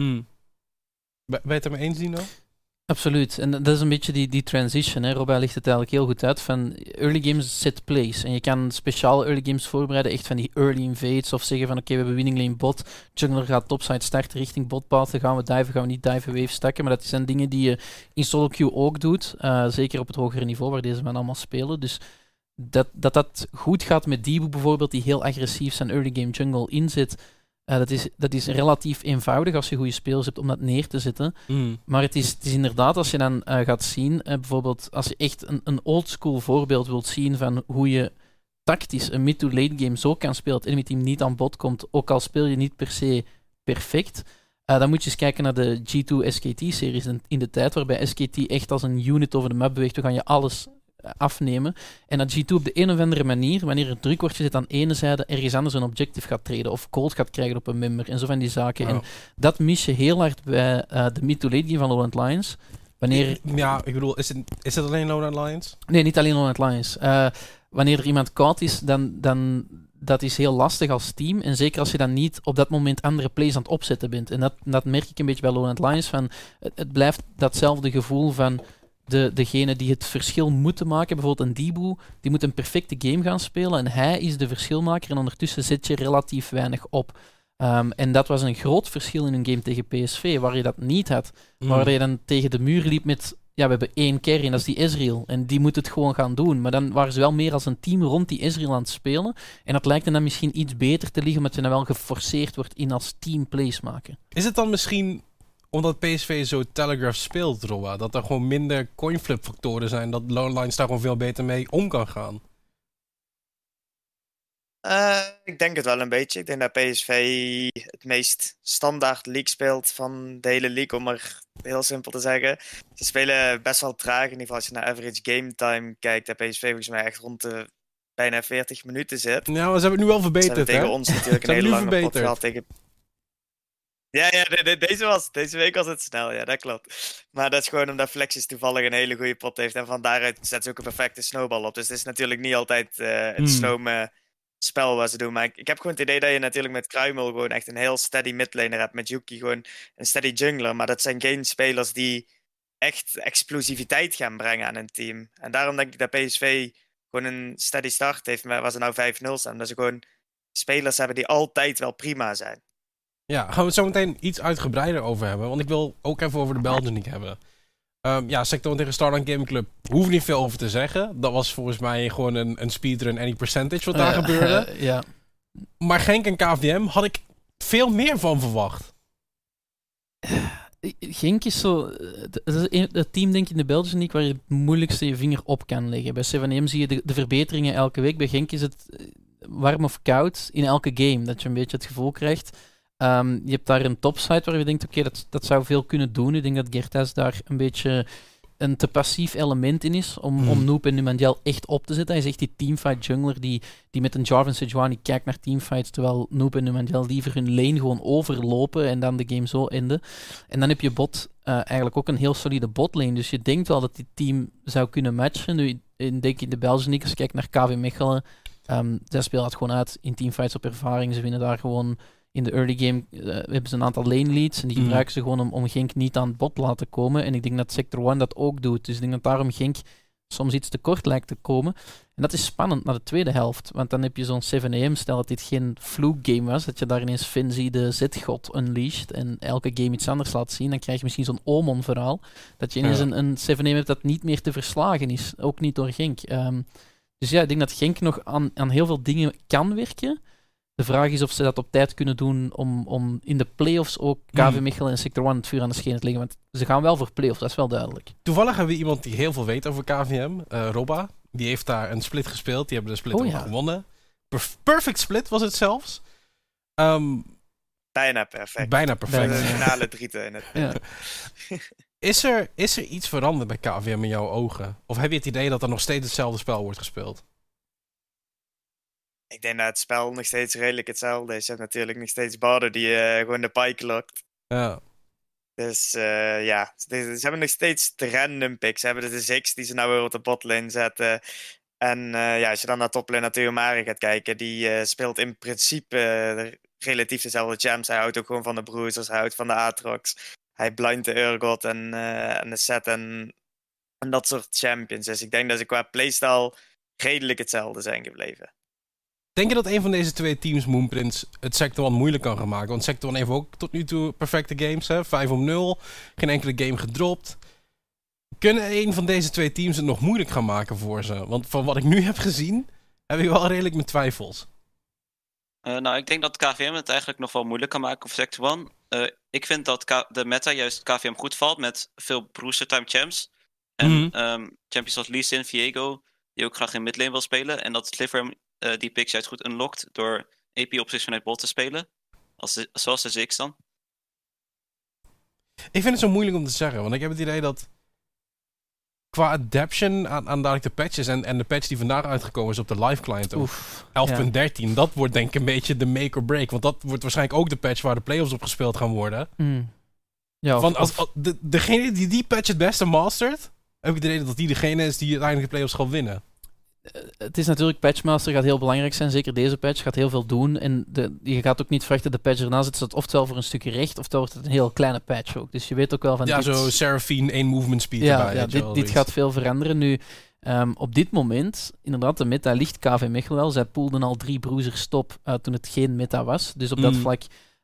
Ben je het ermee eens, Dino? Absoluut. En dat is een beetje die transition. Hè. Robba legt het eigenlijk heel goed uit. Van early games set plays. En je kan speciale early games voorbereiden. Echt van die early invades. Of zeggen van oké, we hebben winning lane bot. Jungler gaat topside starten richting botpath. Gaan we diven, gaan we niet diven, wave stacken. Maar dat zijn dingen die je in solo queue ook doet. Zeker op het hogere niveau waar deze men allemaal spelen. Dus dat goed gaat met Deebo bijvoorbeeld. Die heel agressief zijn early game jungle inzet. Dat is relatief eenvoudig als je goede spelers hebt om dat neer te zetten. Maar het is inderdaad, als je dan gaat zien, bijvoorbeeld als je echt een oldschool voorbeeld wilt zien van hoe je tactisch een mid-to-late game zo kan spelen dat enemy team niet aan bod komt, ook al speel je niet per se perfect, dan moet je eens kijken naar de G2 SKT-series in de tijd waarbij SKT echt als een unit over de map beweegt. Dan ga je alles afnemen. En dat G2 op de een of andere manier, wanneer er druk wordt gezet aan ene zijde, ergens anders een objective gaat treden of gold gaat krijgen op een member en zo van die zaken. Oh. En dat mis je heel hard bij de mid-to-late game van Lowland Lions. Wanneer... Ja, ik bedoel, is het alleen Lowland Lions? Nee, niet alleen Lowland Lions. Wanneer er iemand koud is, dan dat is heel lastig als team. En zeker als je dan niet op dat moment andere plays aan het opzetten bent. En dat merk ik een beetje bij Lowland Lions. Van, het blijft datzelfde gevoel van degene die het verschil moeten maken, bijvoorbeeld een Deebo, die moet een perfecte game gaan spelen en hij is de verschilmaker en ondertussen zet je relatief weinig op. En dat was een groot verschil in een game tegen PSV, waar je dat niet had. Waar je dan tegen de muur liep met... Ja, we hebben 1 carry en dat is die Ezreal. En die moet het gewoon gaan doen. Maar dan waren ze wel meer als een team rond die Ezreal aan het spelen. En dat lijkt dan misschien iets beter te liggen, omdat je dan wel geforceerd wordt in als team plays maken. Is het dan misschien omdat PSV zo telegraph speelt, Roa, dat er gewoon minder coinflip factoren zijn, dat Lonelines daar gewoon veel beter mee om kan gaan? Ik denk het wel een beetje. Ik denk dat PSV het meest standaard league speelt van de hele league, om maar heel simpel te zeggen. Ze spelen best wel traag. In ieder geval als je naar average game time kijkt, dat PSV volgens mij echt rond de bijna 40 minuten zit. Nou, ze hebben het nu wel verbeterd, ze hebben tegen ons natuurlijk een hele lange pot gehad tegen... Ja, deze week was het snel, ja, dat klopt. Maar dat is gewoon omdat Flexus toevallig een hele goede pot heeft en van daaruit zet ze ook een perfecte snowball op. Dus het is natuurlijk niet altijd het slome spel wat ze doen. Maar ik heb gewoon het idee dat je natuurlijk met Kruimel gewoon echt een heel steady midlaner hebt. Met Yuki gewoon een steady jungler. Maar dat zijn geen spelers die echt explosiviteit gaan brengen aan een team. En daarom denk ik dat PSV gewoon een steady start heeft, waar ze nou 5-0 staan. Dat ze gewoon spelers hebben die altijd wel prima zijn. Ja, gaan we het zo meteen iets uitgebreider over hebben. Want ik wil ook even over de Belgian League hebben. Sector tegen Stardust Gaming Club, hoef niet veel over te zeggen. Dat was volgens mij gewoon een speedrun any percentage wat daar gebeurde. Ja. Maar Genk en KVM had ik veel meer van verwacht. Genk is zo... Het team, denk ik, in de Belgische League waar je het moeilijkste je vinger op kan leggen. Bij 7M zie je de verbeteringen elke week. Bij Genk is het warm of koud in elke game. Dat je een beetje het gevoel krijgt. Je hebt daar een topsite waar je denkt, oké, dat zou veel kunnen doen. Ik denk dat Gertas daar een beetje een te passief element in is om Noob en Numandjel echt op te zetten. Hij is echt die teamfight jungler die met een Jarvan Sejuani kijkt naar teamfights, terwijl Noob en Numandjel liever hun lane gewoon overlopen en dan de game zo enden. En dan heb je bot eigenlijk ook een heel solide botlane. Dus je denkt wel dat dit team zou kunnen matchen. Nu, denk ik in de Belgische League, als je kijkt naar KV Mechelen, zij spelen het gewoon uit in teamfights op ervaring. Ze winnen daar gewoon... In de early game hebben ze een aantal lane leads en die gebruiken ze gewoon om Genk niet aan het bot te laten komen. En ik denk dat Sector 1 dat ook doet. Dus ik denk dat daarom Genk soms iets te kort lijkt te komen. En dat is spannend naar de tweede helft. Want dan heb je zo'n 7am, stel dat dit geen fluke game was, dat je daar ineens Finzi de Z-god unleashed en elke game iets anders laat zien. Dan krijg je misschien zo'n Omon verhaal. Dat je ineens een 7am hebt dat niet meer te verslagen is. Ook niet door Genk. Dus ja, ik denk dat Genk nog aan heel veel dingen kan werken. De vraag is of ze dat op tijd kunnen doen om in de playoffs ook KV Mechelen en Sector 1 het vuur aan de schenen te leggen. Want ze gaan wel voor playoffs, dat is wel duidelijk. Toevallig hebben we iemand die heel veel weet over KVM, Robba. Die heeft daar een split gespeeld. Die hebben de split ook gewonnen. Perfect split was het zelfs. Bijna perfect. Bijna perfect. De finale 3 in het. Ja. Is er iets veranderd bij KVM in jouw ogen? Of heb je het idee dat er nog steeds hetzelfde spel wordt gespeeld? Ik denk dat het spel nog steeds redelijk hetzelfde is. Je hebt natuurlijk nog steeds Bardo die gewoon de pike lokt. Ja. Dus ze hebben nog steeds de random picks. Ze hebben de Ziggs die ze nou weer op de botlane zetten. En als je dan naar toplane naar Theomari gaat kijken, die speelt in principe relatief dezelfde champs. Hij houdt ook gewoon van de Bruisers, hij houdt van de Aatrox. Hij blindt de Urgot en de Set en dat soort champions. Dus ik denk dat ze qua playstyle redelijk hetzelfde zijn gebleven. Denk je dat een van deze twee teams, Moonprince, het Sector 1 moeilijk kan gaan maken? Want Sector 1 heeft ook tot nu toe perfecte games, hè? 5-0, geen enkele game gedropt. Kunnen een van deze twee teams het nog moeilijk gaan maken voor ze? Want van wat ik nu heb gezien, heb ik wel redelijk mijn twijfels. Ik denk dat KVM het eigenlijk nog wel moeilijk kan maken voor Sector 1. Ik vind dat de meta juist KVM goed valt met veel booster time champs. En champions als Lee Sin, Viego, die ook graag in midlane wil spelen. En dat Sliver die picks juist goed unlockt door AP opties vanuit bot te spelen. Zoals de Ziggs dan. Ik vind het zo moeilijk om te zeggen, want ik heb het idee dat qua adaption aan dadelijk de patches en de patch die vandaag uitgekomen is op de live client 11.13, dat wordt denk ik een beetje de make or break, want dat wordt waarschijnlijk ook de patch waar de playoffs op gespeeld gaan worden. Ja, degene die patch het beste mastert, heb ik het idee dat die degene is die uiteindelijk de playoffs gaat winnen. Het is natuurlijk, patchmaster gaat heel belangrijk zijn. Zeker deze patch gaat heel veel doen. En je gaat ook niet verwachten de patch erna zit. Oftewel voor een stukje recht, oftewel wordt het een heel kleine patch ook. Dus je weet ook wel van... Ja, zo Seraphine, 1 movement speed erbij. Ja, dit gaat veel veranderen. Nu, op dit moment, inderdaad, de meta ligt KV Mechelen wel. Zij poelden al 3 bruisers stop toen het geen meta was. Dus op dat vlak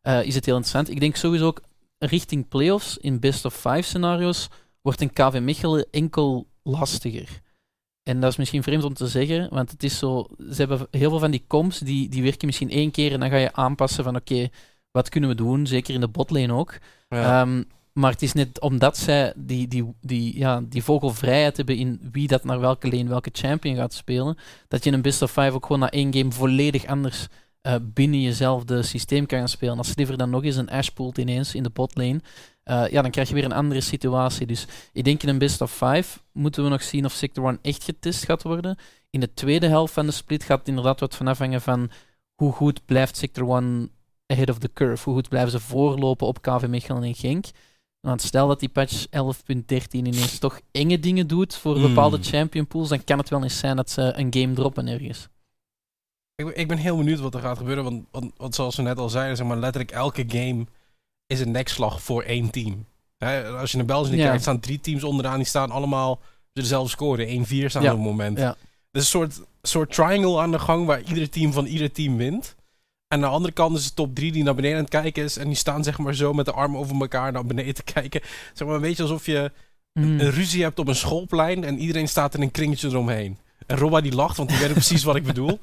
is het heel interessant. Ik denk sowieso ook richting playoffs in best of 5 scenario's wordt een KV Mechelen enkel lastiger. En dat is misschien vreemd om te zeggen, want het is zo, ze hebben heel veel van die comps, die werken misschien 1 keer en dan ga je aanpassen van oké, wat kunnen we doen? Zeker in de botlane ook. Ja. Maar het is net omdat zij die vogelvrijheid hebben in wie dat naar welke lane, welke champion gaat spelen, dat je in een best of 5 ook gewoon na 1 game volledig anders binnen jezelfde systeem kan gaan spelen. Als Sliver dan nog eens een Ashe poolt ineens in de botlane, dan krijg je weer een andere situatie. Dus ik denk in een best of 5 moeten we nog zien of Sector 1 echt getest gaat worden. In de tweede helft van de split gaat het inderdaad wat van afhangen van hoe goed blijft Sector 1 ahead of the curve. Hoe goed blijven ze voorlopen op KV Mechelen en Genk. Want stel dat die patch 11.13 ineens toch enge dingen doet voor bepaalde champion pools, dan kan het wel eens zijn dat ze een game droppen ergens. Ik ben heel benieuwd wat er gaat gebeuren, want zoals we net al zeiden, zeg maar, letterlijk elke game is een nekslag voor 1 team. Als je naar België kijkt, staan 3 teams onderaan, die staan allemaal dezelfde score. 1-4 staan op het moment. Ja. Er is een soort triangle aan de gang waar ieder team wint. En aan de andere kant is de top 3 die naar beneden aan het kijken is. En die staan zeg maar zo met de armen over elkaar naar beneden te kijken. Zeg maar een beetje alsof je een ruzie hebt op een schoolplein en iedereen staat in een kringetje eromheen. En Robba die lacht, want die weet precies wat ik bedoel.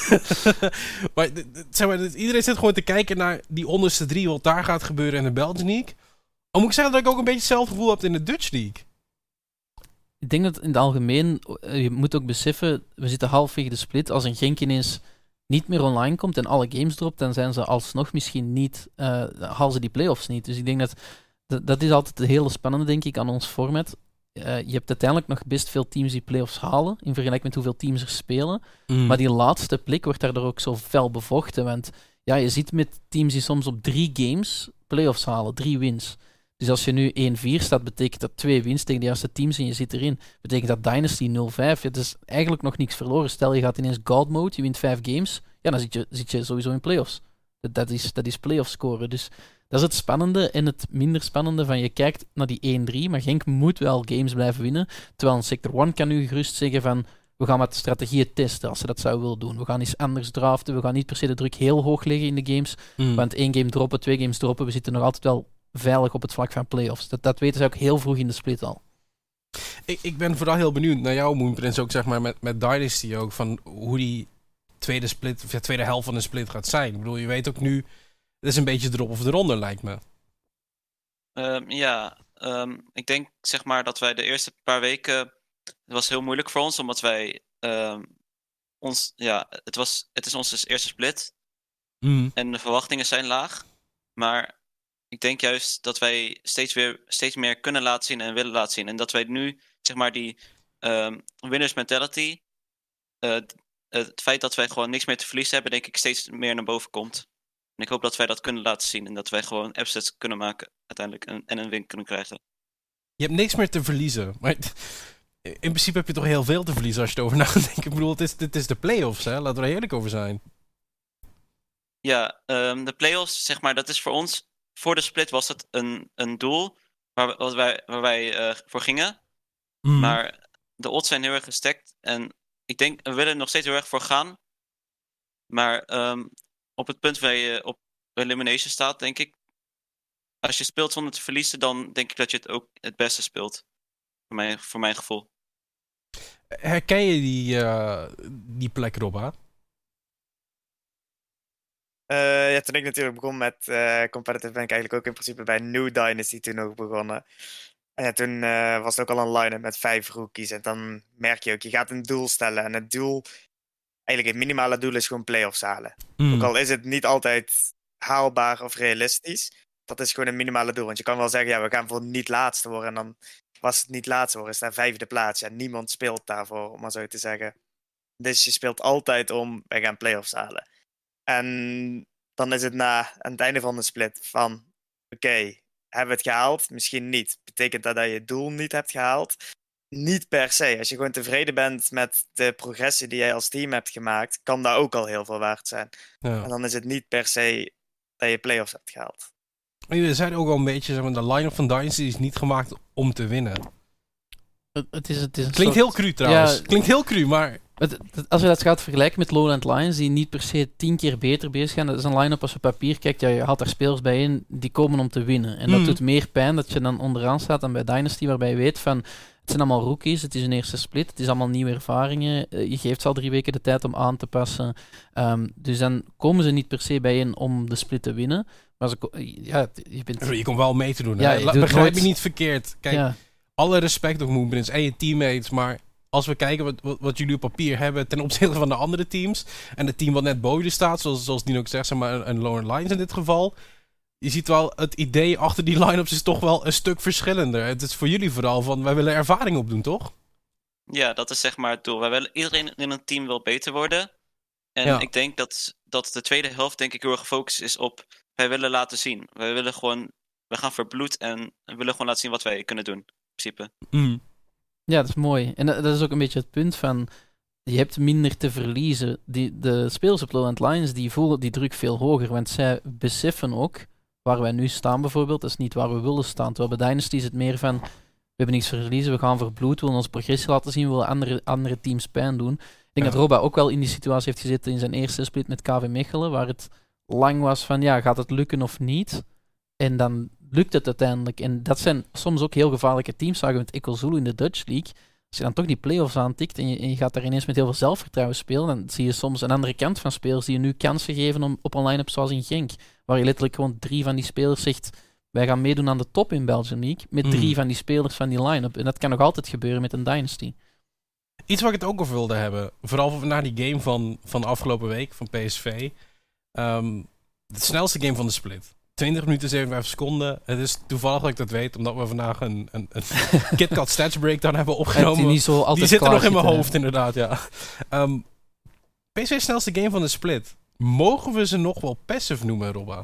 Maar, zeg maar iedereen zit gewoon te kijken naar die onderste 3, wat daar gaat gebeuren in de Belgian League. Al moet ik zeggen dat ik ook een beetje hetzelfde gevoel heb in de Dutch League. Ik denk dat in het algemeen, je moet ook beseffen, we zitten halfwege de split. Als een Genk ineens niet meer online komt en alle games dropt, dan zijn ze alsnog misschien niet, halen ze die playoffs niet. Dus ik denk dat is altijd het hele spannende, denk ik, aan ons format. Je hebt uiteindelijk nog best veel teams die playoffs halen, in vergelijking met hoeveel teams er spelen. Maar die laatste plek wordt daardoor ook zo fel bevochten, want ja, je ziet met teams die soms op 3 games playoffs halen, 3 wins. Dus als je nu 1-4 staat, betekent dat 2 wins tegen de juiste teams en je zit erin. Betekent dat Dynasty 0-5. Het is eigenlijk nog niks verloren. Stel, je gaat ineens God mode, je wint 5 games. Ja, dan zit je sowieso in playoffs. Dat is playoff scoren. Dus dat is het spannende en het minder spannende van je kijkt naar die 1-3, maar Genk moet wel games blijven winnen. Terwijl een Sector 1 kan nu gerust zeggen van we gaan wat strategieën testen als ze dat zouden willen doen. We gaan iets anders draften. We gaan niet per se de druk heel hoog leggen in de games. Want 1 game droppen, 2 games droppen. We zitten nog altijd wel veilig op het vlak van playoffs. Dat weten ze ook heel vroeg in de split al. Ik ben vooral heel benieuwd naar jou, Moonprins, ook zeg maar met Dynasty ook, van hoe die tweede helft van de split gaat zijn. Ik bedoel, je weet ook nu, het is een beetje erop of eronder, lijkt me. Ik denk zeg maar dat wij de eerste paar weken, het was heel moeilijk voor ons, omdat wij het is onze eerste split en de verwachtingen zijn laag, maar ik denk juist dat wij steeds meer kunnen laten zien en willen laten zien. En dat wij nu, zeg maar, die winners mentality, het feit dat wij gewoon niks meer te verliezen hebben, denk ik steeds meer naar boven komt. En ik hoop dat wij dat kunnen laten zien en dat wij gewoon upsets kunnen maken uiteindelijk en een win kunnen krijgen. Je hebt niks meer te verliezen, maar in principe heb je toch heel veel te verliezen als je erover na gaat denken. Ik bedoel, dit is de play-offs, hè? Laten we er eerlijk over zijn. Ja, de play-offs, zeg maar, dat is voor ons. Voor de split was het een doel waar wij voor gingen. Maar de odds zijn heel erg gestekt. En ik denk, we willen er nog steeds heel erg voor gaan. Maar op het punt waar je op elimination staat, denk ik, als je speelt zonder te verliezen, dan denk ik dat je het ook het beste speelt. Voor mijn gevoel. Herken je die plek, Robba? Toen ik natuurlijk begon met competitive, ben ik eigenlijk ook in principe bij New Dynasty toen ook begonnen. En toen was het ook al een line-up met 5 rookies. En dan merk je ook, je gaat een doel stellen. En het doel, eigenlijk het minimale doel is gewoon playoffs halen. Ook al is het niet altijd haalbaar of realistisch. Dat is gewoon een minimale doel. Want je kan wel zeggen, ja, we gaan voor niet laatste worden. En dan was het niet laatste worden, is daar 5e plaats. Ja, niemand speelt daarvoor, om maar zo te zeggen. Dus je speelt altijd om, wij gaan playoffs halen. En dan is het aan het einde van de split van, oké, hebben we het gehaald? Misschien niet. Betekent dat je het doel niet hebt gehaald? Niet per se. Als je gewoon tevreden bent met de progressie die jij als team hebt gemaakt, kan dat ook al heel veel waard zijn. Ja. En dan is het niet per se dat je playoffs hebt gehaald. Je zei ook al een beetje, zeg maar, de line-up van Dynasty is niet gemaakt om te winnen. Het is Klinkt heel cru trouwens. Ja, klinkt heel cru, maar Als je dat gaat vergelijken met Lowland Lions, die niet per se 10 keer beter bezig gaan, dat is een line-up als je op papier kijkt, ja, je haalt daar spelers bij in, die komen om te winnen. En dat doet meer pijn dat je dan onderaan staat dan bij Dynasty, waarbij je weet van, het zijn allemaal rookies, het is een eerste split, het is allemaal nieuwe ervaringen, je geeft ze al 3 weken de tijd om aan te passen. Dus dan komen ze niet per se bijeen om de split te winnen. Maar je komt wel mee te doen. Ja, begrijp je niet verkeerd. Kijk, alle respect op Moonprince en je teammates, maar als we kijken wat jullie op papier hebben ten opzichte van de andere teams, en het team wat net boven je staat, zoals Dien ook zegt, zeg maar een Lowland Lions in dit geval, je ziet wel, het idee achter die line-ups is toch wel een stuk verschillender. Het is voor jullie vooral van, wij willen ervaring opdoen, toch? Ja, dat is zeg maar het doel. Iedereen in een team wil beter worden. En ik denk dat de tweede helft denk ik heel erg gefocust is op, wij willen laten zien. We gaan voor bloed en we willen gewoon laten zien wat wij kunnen doen, in principe. Ja, dat is mooi. En dat is ook een beetje het punt van, je hebt minder te verliezen. De spelers op Lowland Lions, die voelen die druk veel hoger, want zij beseffen ook, waar wij nu staan bijvoorbeeld, dat is niet waar we willen staan. Terwijl bij Dynasty is het meer van, we hebben niks te verliezen, we gaan voor bloed, we willen onze progressie laten zien, we willen andere teams pijn doen. Ik denk dat Roba ook wel in die situatie heeft gezeten in zijn eerste split met KV Mechelen, waar het lang was van, ja, gaat het lukken of niet? En dan lukt het uiteindelijk. En dat zijn soms ook heel gevaarlijke teams, zagen we met Echo Zulu in de Dutch League. Als je dan toch die play-offs aantikt en je gaat daar ineens met heel veel zelfvertrouwen spelen, dan zie je soms een andere kant van spelers die je nu kansen geven op een line-up zoals in Genk, waar je letterlijk gewoon 3 van die spelers zegt, wij gaan meedoen aan de top in Belgium League, met 3 van die spelers van die line-up. En dat kan nog altijd gebeuren met een Dynasty. Iets waar ik het ook over wilde hebben, vooral na die game van de afgelopen week, van PSV. Het snelste game van de split. 20 minuten 57 seconden. Het is toevallig dat ik dat weet, omdat we vandaag een KitKat Stats Breakdown hebben opgenomen. Die zit er nog in mijn hoofd, inderdaad, ja. PSV snelste game van de split. Mogen we ze nog wel passive noemen, Robba?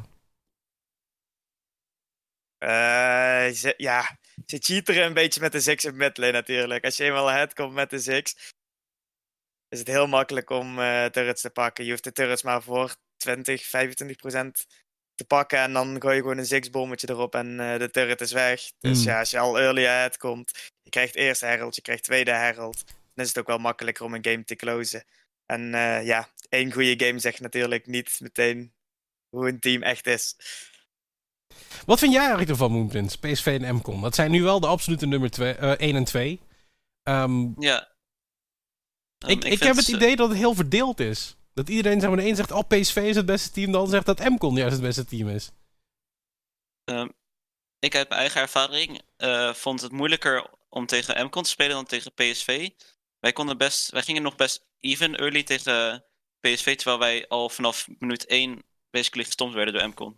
Ze cheateren een beetje met de 6 op midlane natuurlijk. Als je eenmaal ahead komt met de 6, is het heel makkelijk om turrets te pakken. Je hoeft de turrets maar voor 20-25% te pakken en dan gooi je gewoon een 6-bommetje erop en de turret is weg. Dus ja, als je al early ahead komt, je krijgt eerste herald, je krijgt tweede herald, dan is het ook wel makkelijker om een game te closen. En 1 goede game zegt natuurlijk niet meteen hoe een team echt is. Wat vind jij eigenlijk ervan, Moonprince, PSV en MCON? Dat zijn nu wel de absolute nummer 1 en 2. Ik heb het idee dat het heel verdeeld is. Dat iedereen, zeg maar, de een zegt, PSV is het beste team, de ander zegt dat MCON juist het beste team is. Ik uit mijn eigen ervaring vond het moeilijker om tegen MCON te spelen dan tegen PSV. Wij gingen nog best even early tegen PSV, terwijl wij al vanaf minuut 1 basically gestompt werden door MCON.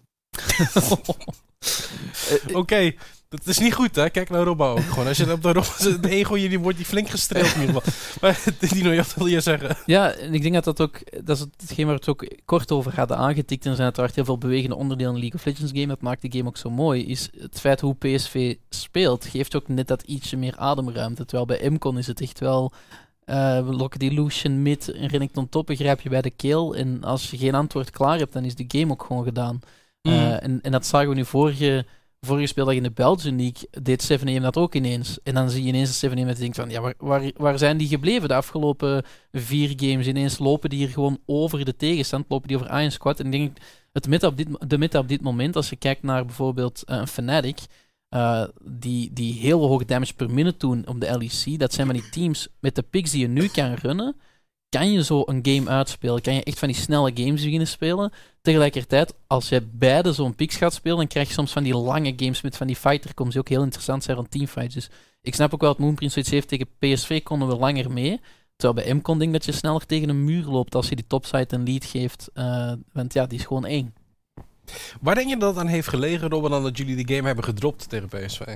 Oké, dat is niet goed, hè? Kijk naar Robbo ook. Gewoon, als je op de Robbo zit, de ego, die wordt die flink gestreeld in ieder geval. Maar Dino, wat wil je zeggen? Ja, en ik denk dat is hetgeen waar we het ook kort over hadden aangetikt. En er zijn uiteraard heel veel bewegende onderdelen in League of Legends game. Dat maakt de game ook zo mooi. Is het feit hoe PSV speelt, geeft ook net dat ietsje meer ademruimte. Terwijl bij MCON is het echt wel, we lokken die Lucian mid en Renekton top, grijp je bij de kill. En als je geen antwoord klaar hebt, dan is de game ook gewoon gedaan. En dat zagen we nu vorige speeldag in de Belgian League, deed 7AM dat ook ineens. En dan zie je ineens een 7AM dat je denkt van, ja, waar zijn die gebleven de afgelopen 4 games? Ineens lopen die hier gewoon over de tegenstand, lopen die over Iron Squad. En ik denk, de meta op dit moment, als je kijkt naar bijvoorbeeld een Fnatic, die heel hoog damage per minute doen op de LEC, dat zijn van die teams met de picks die je nu kan runnen, kan je zo een game uitspelen. Kan je echt van die snelle games beginnen spelen. Tegelijkertijd, als je beide zo'n picks gaat spelen, dan krijg je soms van die lange games met van die fighter-coms die ook heel interessant zijn rond teamfights. Dus ik snap ook wel dat Moonprince zoiets heeft. Tegen PSV konden we langer mee. Terwijl bij MCON denk dat je sneller tegen een muur loopt als je die topside een lead geeft. Want ja, die is gewoon 1. Waar denk je dat het aan heeft gelegen, Robin, dan dat jullie de game hebben gedropt tegen PSV?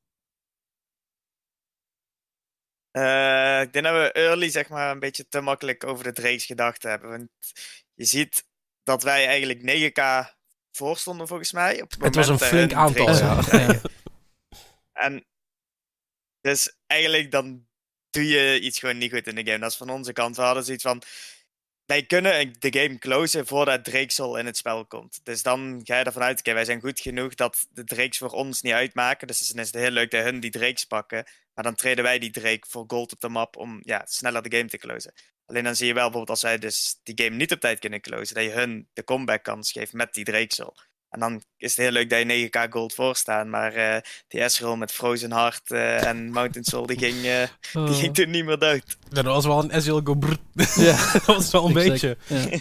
Ik denk dat we early, zeg maar, een beetje te makkelijk over de Drakes gedacht hebben. Want je ziet dat wij eigenlijk 9k voor stonden, volgens mij. Op het was een flink aantal. Ja. En dus eigenlijk dan doe je iets gewoon niet goed in de game. Dat is van onze kant. We hadden zoiets van, wij kunnen de game closen voordat Drakesol in het spel komt. Dus dan ga je ervan uit, wij zijn goed genoeg dat de Drakes voor ons niet uitmaken. Dus dan is het heel leuk dat hun die Drakes pakken. Maar dan treden wij die Drake voor gold op de map om sneller de game te closen. Alleen dan zie je wel bijvoorbeeld als zij dus die game niet op tijd kunnen closen, dat je hun de comeback kans geeft met die Drake Soul. En dan is het heel leuk dat je 9k gold voor staat. Maar die Ezreal met Frozen Heart en Mountain Soul, die ging toen niet meer dood. Ja, dat was wel een Ezreal go brrr. Ja, dat was wel een beetje.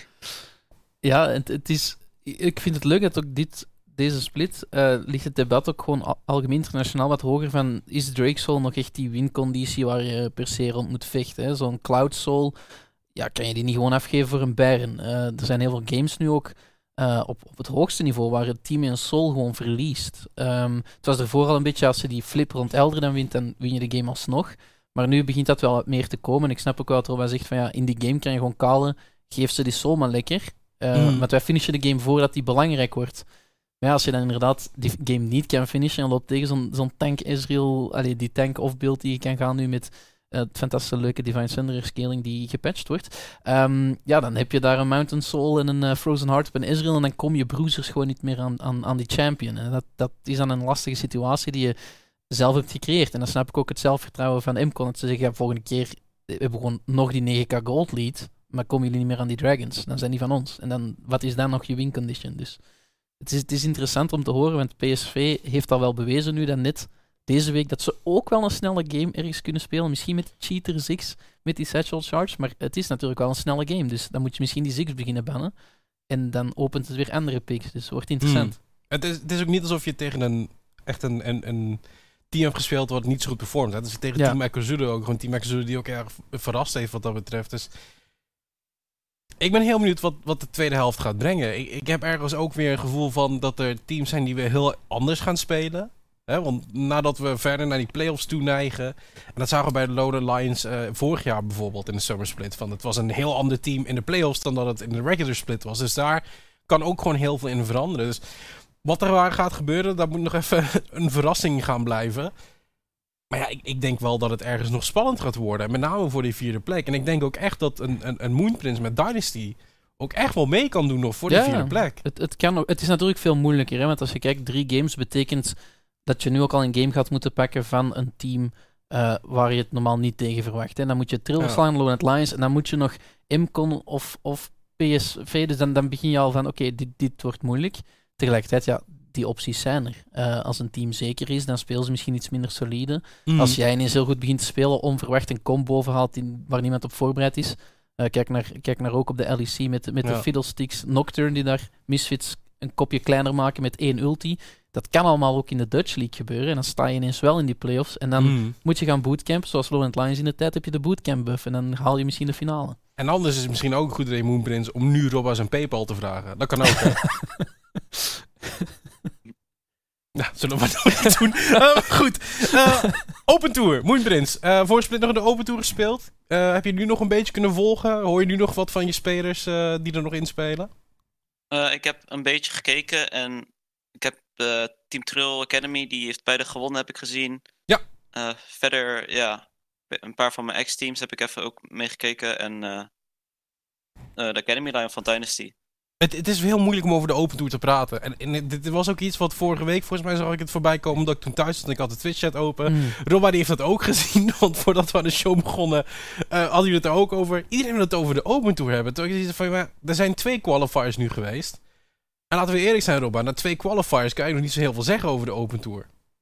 Ja, het is... Ik vind het leuk dat ook deze split ligt het debat ook gewoon algemeen internationaal wat hoger van, is Drake Soul nog echt die winconditie waar je per se rond moet vechten? Hè? Zo'n Cloud Soul, ja, kan je die niet gewoon afgeven voor een Baron? Er zijn heel veel games nu ook op het hoogste niveau waar het team in Soul gewoon verliest. Het was ervoor al een beetje, als je die flip rond Elder dan wint, dan win je de game alsnog. Maar nu begint dat wel wat meer te komen. Ik snap ook wel wat Robin zegt van, ja, in die game kan je gewoon callen, geef ze die Soul maar lekker. Maar wij finishen de game voordat die belangrijk wordt. Maar ja, als je dan inderdaad die game niet kan finishen en loopt tegen zo'n tank Ezreal, die tank off-build die je kan gaan nu met het fantastische leuke Divine Sunderer scaling die gepatcht wordt, ja, dan heb je daar een Mountain Soul en een Frozen Heart op een Ezreal en dan kom je bruisers gewoon niet meer aan die champion. En dat is dan een lastige situatie die je zelf hebt gecreëerd. En dan snap ik ook het zelfvertrouwen van MCon. Dat ze zeggen, ja, volgende keer hebben we gewoon nog die 9k gold lead, maar komen jullie niet meer aan die dragons. Dan zijn die van ons. En dan, wat is dan nog je win condition? Dus het is interessant om te horen, want PSV heeft al wel bewezen nu dan net deze week dat ze ook wel een snelle game ergens kunnen spelen. Misschien met Cheater Ziggs, met die Satchel Charge. Maar het is natuurlijk wel een snelle game. Dus dan moet je misschien die Ziggs beginnen bannen. En dan opent het weer andere picks. Dus het wordt interessant. Het is ook niet alsof je tegen een team hebt gespeeld wat niet zo goed performt. Het is tegen Team Echozudo ook. Gewoon Team Echozudo die ook erg verrast heeft wat dat betreft. Dus ik ben heel benieuwd wat de tweede helft gaat brengen. Ik heb ergens ook weer een gevoel van dat er teams zijn die weer heel anders gaan spelen. Want nadat we verder naar die playoffs toe neigen, en dat zagen we bij de Lone Lions vorig jaar bijvoorbeeld in de Summer Split. Van, het was een heel ander team in de playoffs dan dat het in de regular split was. Dus daar kan ook gewoon heel veel in veranderen. Dus wat er gaat gebeuren, dat moet nog even een verrassing gaan blijven. Maar ja, ik denk wel dat het ergens nog spannend gaat worden. Met name voor die vierde plek. En ik denk ook echt dat een Moonprince met Dynasty ook echt wel mee kan doen nog voor die vierde plek. Het is natuurlijk veel moeilijker. Hè? Want als je kijkt, 3 games betekent dat je nu ook al een game gaat moeten pakken van een team waar je het normaal niet tegen verwacht. Hè? Dan moet je Trill slaan, Lone Lions, en dan moet je nog MCon of PSV. Dus dan begin je al van, oké, dit wordt moeilijk. Tegelijkertijd, ja, die opties zijn er. Als een team zeker is, dan spelen ze misschien iets minder solide. Als jij ineens heel goed begint te spelen, onverwacht een combo bovenhaalt waar niemand op voorbereid is. Kijk naar ook op de LEC met de Fiddlesticks, Nocturne die daar Misfits een kopje kleiner maken met 1 ulti. Dat kan allemaal ook in de Dutch League gebeuren. En dan sta je ineens wel in die playoffs. En dan moet je gaan bootcampen. Zoals Lone Lions in de tijd heb je de bootcamp buff. En dan haal je misschien de finale. En anders is het misschien ook een goed idee, Moonprince, om nu Robba zijn PayPal te vragen. Dat kan ook, hè? Nou, zullen we maar nooit doen. Goed. Open Tour, Moonprince. Voor Split nog in de Open Tour gespeeld. Heb je nu nog een beetje kunnen volgen? Hoor je nu nog wat van je spelers die er nog inspelen? Ik heb een beetje gekeken en ik heb Team Trill Academy, die heeft beide gewonnen, heb ik gezien. Ja. Verder, ja, een paar van mijn ex-teams heb ik even ook meegekeken. En de Academy Lion van Dynasty. Het is heel moeilijk om over de Open Tour te praten. En dit was ook iets wat vorige week, volgens mij zag ik het voorbij komen, omdat ik toen thuis stond en ik had de Twitch-chat open. Robba die heeft dat ook gezien, want voordat we aan de show begonnen, hadden jullie het er ook over. Iedereen wil het over de Open Tour hebben. Toen ik van, er zijn 2 qualifiers nu geweest. En laten we eerlijk zijn, Robba, na 2 qualifiers kan je nog niet zo heel veel zeggen over de Open Tour.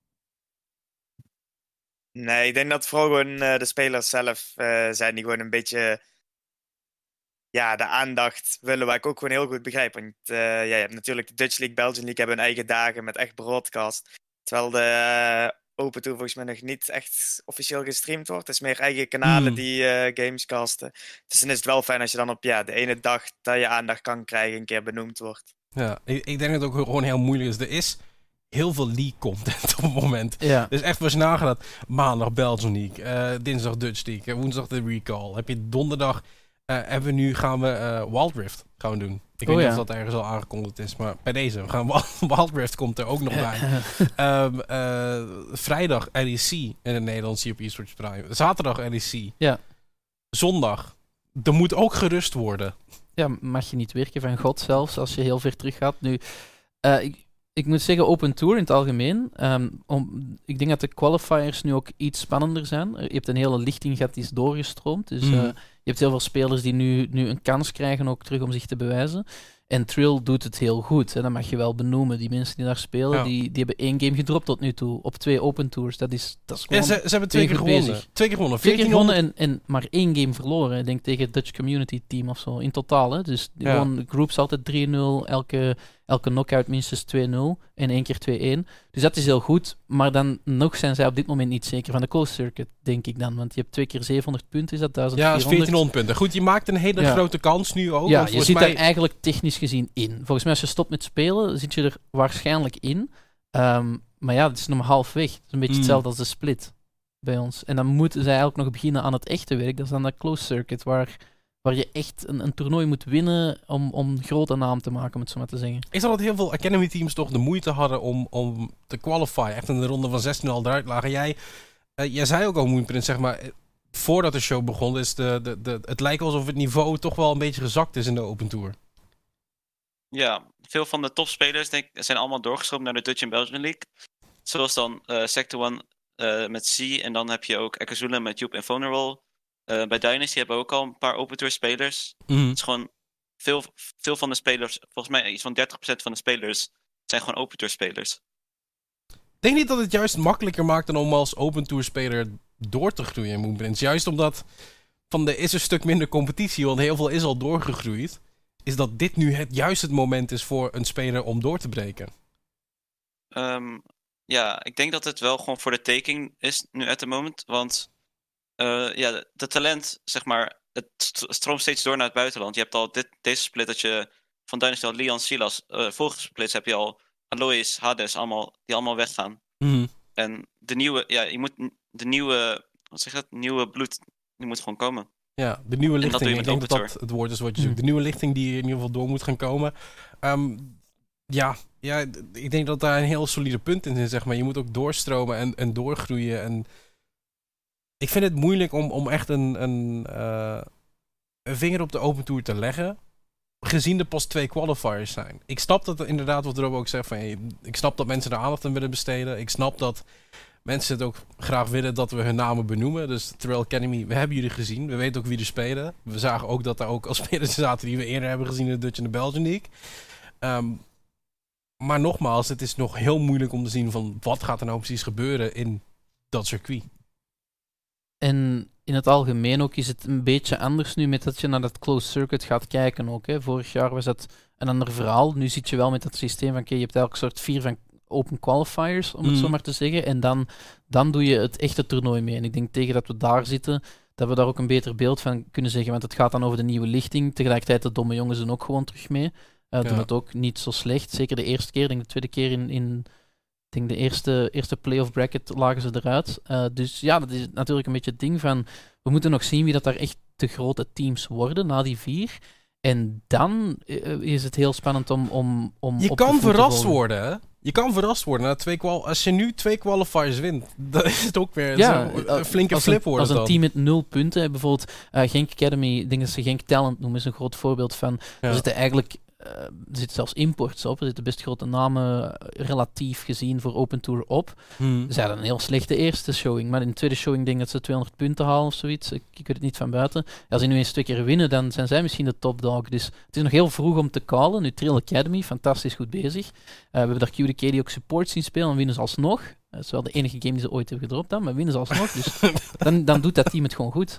Nee, ik denk dat vooral gewoon de spelers zelf zijn die gewoon een beetje de aandacht willen, waar ik ook gewoon heel goed begrijp. Want je hebt natuurlijk de Dutch League, Belgian League hebben hun eigen dagen met echt broadcast. Terwijl de Open Tour volgens mij nog niet echt officieel gestreamd wordt. Het is meer eigen kanalen die games casten. Dus dan is het wel fijn als je dan op de ene dag dat je aandacht kan krijgen een keer benoemd wordt. Ja, ik denk dat het ook gewoon heel moeilijk is. Er is heel veel league-content op het moment. Ja. Dus echt, als je nagaat, maandag Belgian League, dinsdag Dutch League, woensdag de Recall. Heb je donderdag, gaan we Wild Rift gaan doen. Ik weet niet of dat ergens al aangekondigd is, maar bij deze, we gaan Wild Rift komt er ook nog bij. Vrijdag LEC in het Nederlands hier op eSports Prime. Zaterdag LEC. Ja. Zondag. Er moet ook gerust worden. Ja, mag je niet werken van God zelfs, als je heel ver terug gaat. Nu, ik moet zeggen, Open Tour in het algemeen. Ik denk dat de qualifiers nu ook iets spannender zijn. Je hebt een hele lichting gehad die is doorgestroomd. Dus Je hebt heel veel spelers die nu een kans krijgen ook terug om zich te bewijzen. En Trill doet het heel goed. Hè. Dat mag je wel benoemen. Die mensen die daar spelen, die hebben 1 game gedropt tot nu toe. Op 2 open tours. Dat is gewoon ze hebben 2 keer gewonnen. 2 keer gewonnen. 2 keer gewonnen en maar 1 game verloren. Ik denk tegen het Dutch Community Team of zo. In totaal. Hè. Dus gewoon groups altijd 3-0. Elke knockout minstens 2-0. En 1 keer 2-1. Dus dat is heel goed. Maar dan nog zijn zij op dit moment niet zeker van de closed circuit, denk ik dan. Want je hebt 2 keer 700 punten. Is dat 1400? Ja, dat is 1400 punten. Goed, je maakt een hele grote kans nu ook. Ja, je zit daar eigenlijk technisch gezien in. Volgens mij als je stopt met spelen, zit je er waarschijnlijk in. Maar ja, het is nog maar halfweg. Het is een beetje hetzelfde als de split bij ons. En dan moeten zij eigenlijk nog beginnen aan het echte werk. Dat is dan dat closed circuit, waar je echt een toernooi moet winnen om grote naam te maken, om het zo maar te zeggen. Ik zag dat heel veel Academy teams toch de moeite hadden om te qualify. Echt in de ronde van 16 al eruit lagen. Jij zei ook al, Moonprint, zeg maar, voordat de show begon, is het lijkt alsof het niveau toch wel een beetje gezakt is in de Open Tour. Ja, veel van de topspelers zijn allemaal doorgestroomd naar de Dutch en Belgian League. Zoals dan Sector 1 met C. En dan heb je ook Ekazula met Joep en Vulnerable. Bij Dynasty hebben we ook al een paar Open Tour spelers. Het is gewoon veel van de spelers, volgens mij iets van 30% van de spelers zijn gewoon Open Tour spelers. Ik denk niet dat het juist makkelijker maakt dan om als Open Tour speler door te groeien in Moonprints. Juist omdat er is een stuk minder competitie, want heel veel is al doorgegroeid. Is dat dit nu juist het moment is voor een speler om door te breken? Ja, ik denk dat het wel gewoon voor de taking is nu at the moment. Want de talent, zeg maar, het stroomt steeds door naar het buitenland. Je hebt al deze split dat je van Dynasty al Leon, Silas. Volgende splits heb je al Alois, Hades, die allemaal weggaan. Mm-hmm. En de nieuwe, nieuwe bloed, die moet gewoon komen. Ja, de nieuwe lichting. Ik denk dat het woord is wat je zoekt. De nieuwe lichting die in ieder geval door moet gaan komen. Ja, ik denk dat daar een heel solide punt in is, zeg maar. Je moet ook doorstromen en doorgroeien. En ik vind het moeilijk om echt een vinger op de Open Tour te leggen, gezien er pas 2 qualifiers zijn. Ik snap dat inderdaad, wat Rob ook zegt, ik snap dat mensen er aandacht aan willen besteden. Ik snap dat mensen het ook graag willen dat we hun namen benoemen. Dus Trill Academy, we hebben jullie gezien. We weten ook wie er spelen. We zagen ook dat er ook al spelers zaten die we eerder hebben gezien in de Dutch en de Belgian League. Maar nogmaals, het is nog heel moeilijk om te zien van wat gaat er nou precies gebeuren in dat circuit. En in het algemeen ook is het een beetje anders nu met dat je naar dat closed circuit gaat kijken ook. Hè. Vorig jaar was dat een ander verhaal. Nu zit je wel met dat systeem van je hebt elk soort 4 van open qualifiers, om het zo maar te zeggen. En dan doe je het echte toernooi mee. En ik denk tegen dat we daar zitten, dat we daar ook een beter beeld van kunnen zeggen. Want het gaat dan over de nieuwe lichting. Tegelijkertijd de domme jongens doen ook gewoon terug mee. Doen het ook niet zo slecht. Zeker de eerste keer. Ik denk de tweede keer ik denk de eerste playoff bracket lagen ze eruit. Dus ja, dat is natuurlijk een beetje het ding van, we moeten nog zien wie dat daar echt de grote teams worden na die 4. En dan is het heel spannend om je kan verrast worden, hè? Je kan verrast worden. Als je nu 2 qualifiers wint, dan is het ook weer een flinke flip worden. Als een team met 0 punten, bijvoorbeeld Genk Academy, ik denk dat ze Genk Talent noemen, is een groot voorbeeld van. Er zitten eigenlijk er zitten zelfs imports op. Er zitten best grote namen relatief gezien voor Open Tour op. Ze hadden een heel slechte eerste showing. Maar in de tweede showing denk ik dat ze 200 punten halen of zoiets. Ik weet het niet van buiten. Als ze nu eens 2 keer winnen, dan zijn zij misschien de topdog. Dus het is nog heel vroeg om te callen. Nu Trill Academy, fantastisch goed bezig. We hebben daar QDK die ook support zien spelen en winnen ze alsnog. Dat is wel de enige game die ze ooit hebben gedropt dan, maar winnen ze alsnog. Dus dan doet dat team het gewoon goed.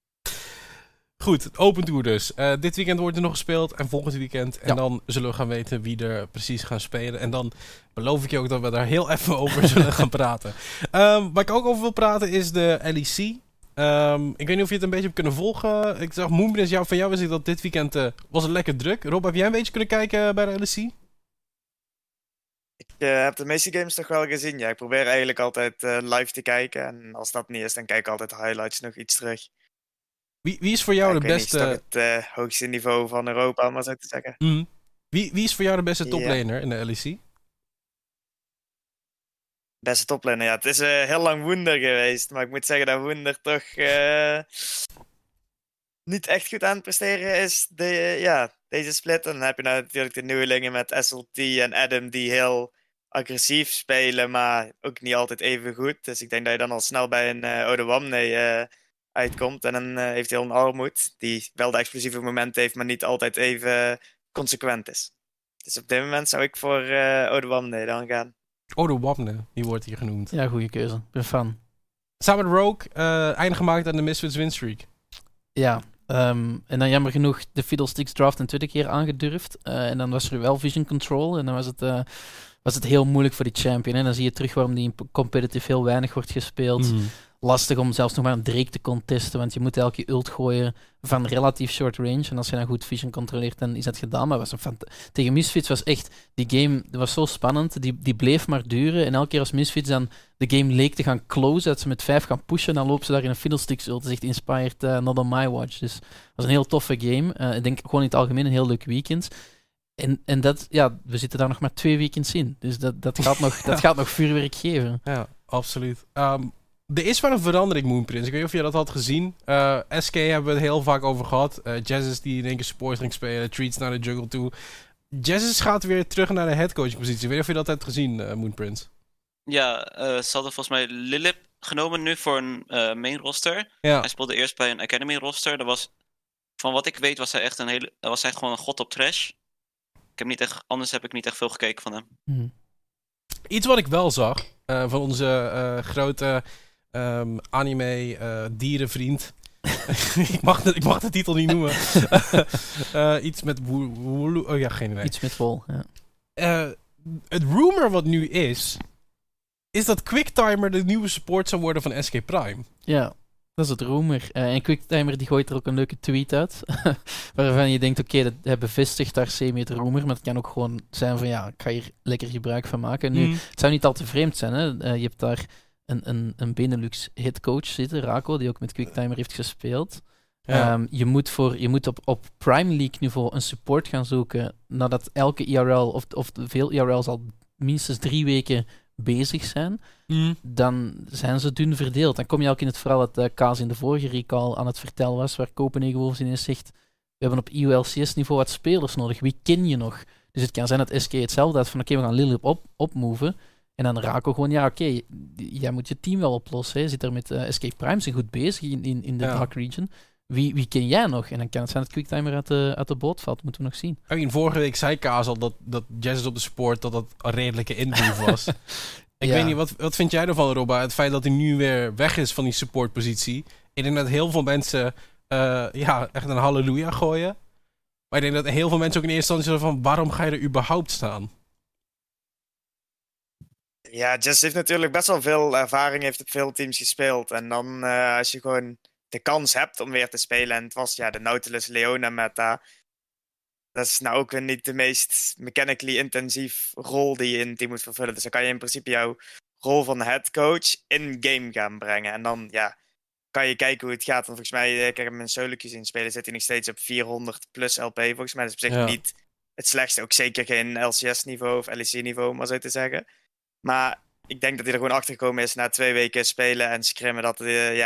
Goed, Open Tour dus. Dit weekend wordt er nog gespeeld en volgend weekend. En dan zullen we gaan weten wie er precies gaan spelen. En dan beloof ik je ook dat we daar heel even over zullen gaan praten. Waar ik ook over wil praten is de LEC. Ik weet niet of je het een beetje hebt kunnen volgen. Ik zag Moonbridge, van jou wist ik dat dit weekend was het lekker druk. Rob, heb jij een beetje kunnen kijken bij de LEC? Ik heb de meeste games toch wel gezien. Ja, ik probeer eigenlijk altijd live te kijken. En als dat niet is, dan kijk ik altijd highlights nog iets terug. Wie is voor jou de beste... Ik weet niet, het hoogste niveau van Europa, om maar zo te zeggen. Wie is voor jou de beste toplaner in de LEC? Beste toplaner, ja. Het is heel lang Wunder geweest. Maar ik moet zeggen dat Wunder toch niet echt goed aan het presteren is. Deze split. En dan heb je natuurlijk de nieuwelingen met SLT en Adam die heel agressief spelen, maar ook niet altijd even goed. Dus ik denk dat je dan al snel bij een Odewamne uitkomt. En dan heeft hij een armoed die wel de explosieve momenten heeft, maar niet altijd even consequent is. Dus op dit moment zou ik voor Odoamne dan gaan. Odoamne, die wordt hier genoemd. Ja, goede keuze. Ik ben fan. Samen met Rogue, einde gemaakt aan de Misfits winstreak. Ja, en dan jammer genoeg de Fiddlesticks draft een tweede keer aangedurfd. En dan was er wel vision control. En dan was het heel moeilijk voor die champion. En dan zie je terug waarom die in competitive heel weinig wordt gespeeld. Lastig om zelfs nog maar een Drake te contesten, want je moet elke ult gooien van relatief short range. En als je dan goed vision controleert, dan is dat gedaan. Maar tegen Misfits was echt... Die game was zo spannend. Die bleef maar duren. En elke keer als Misfits dan de game leek te gaan closen, dat ze met 5 gaan pushen, dan lopen ze daar in een Fiddlesticks ult. Dat is echt inspired, not on my watch. Dus het was een heel toffe game. Ik denk gewoon in het algemeen een heel leuk weekend. En dat, ja, we zitten daar nog maar 2 weekends in. Dus dat gaat nog vuurwerk geven. Ja, absoluut. Er is wel een verandering, Moonprince. Ik weet niet of je dat had gezien. SK hebben we het heel vaak over gehad. Jazzes die in één keer support ging spelen. Treats naar de jungle toe. Jazzes gaat weer terug naar de headcoaching positie. Ik weet niet of je dat hebt gezien, Moonprince. Ja, ze hadden volgens mij Lilip genomen nu voor een main roster. Ja. Hij speelde eerst bij een academy roster. Dat was, van wat ik weet was hij echt gewoon een god op trash. Anders heb ik niet echt veel gekeken van hem. Iets wat ik wel zag van onze grote anime dierenvriend. ik mag de titel niet noemen. Iets met Woolu. Oh ja, geen idee. Iets met Wol, ja. Het rumor wat nu is dat Quicktimer de nieuwe support zou worden van SK Prime. Ja, dat is het rumor. En Quicktimer die gooit er ook een leuke tweet uit. Waarvan je denkt, oké, dat bevestigt daar semi het rumor. Maar het kan ook gewoon zijn van, ja, ik ga hier lekker gebruik van maken. Nu, het zou niet al te vreemd zijn, hè. Je hebt daar een Benelux headcoach zitten, Rako, die ook met Quicktimer heeft gespeeld. Ja. Je moet op Prime League niveau een support gaan zoeken nadat elke IRL of veel IRL's al minstens 3 weken bezig zijn. Dan zijn ze dun verdeeld. Dan kom je ook in het verhaal dat Kaas in de vorige recall aan het vertellen was, waar Copenhagen Wolves ineens zegt, we hebben op EULCS niveau wat spelers nodig. Wie ken je nog? Dus het kan zijn dat SK hetzelfde had van oké, we gaan Lilip opmoven. En dan Rako gewoon, ja oké, jij moet je team wel oplossen. Hè. Je zit er met SK Prime, zijn goed bezig in de dark region. Wie ken jij nog? En dan kan het zijn dat Quicktimer uit de boot valt. Moeten we nog zien. Vorige week zei Kaas al dat Jazz op de support dat een redelijke inmove was. Ik weet niet, wat vind jij ervan, Robba? Het feit dat hij nu weer weg is van die supportpositie. Ik denk dat heel veel mensen echt een halleluja gooien. Maar ik denk dat heel veel mensen ook in eerste instantie van waarom ga je er überhaupt staan? Ja, Jazz heeft natuurlijk best wel veel ervaring, heeft op veel teams gespeeld. En dan als je gewoon de kans hebt om weer te spelen. En het was de Nautilus Leona meta. Dat is nou ook weer niet de meest mechanically intensief rol die je in een team moet vervullen. Dus dan kan je in principe jouw rol van headcoach in game gaan brengen. En dan kan je kijken hoe het gaat. Want volgens mij, ik heb hem in solo gezien spelen, zit hij nog steeds op 400 plus LP. Volgens mij dat is op zich niet het slechtste. Ook zeker geen LCS niveau of LEC niveau, om maar zo te zeggen. Maar ik denk dat hij er gewoon achter gekomen is na 2 weken spelen en scrimmen dat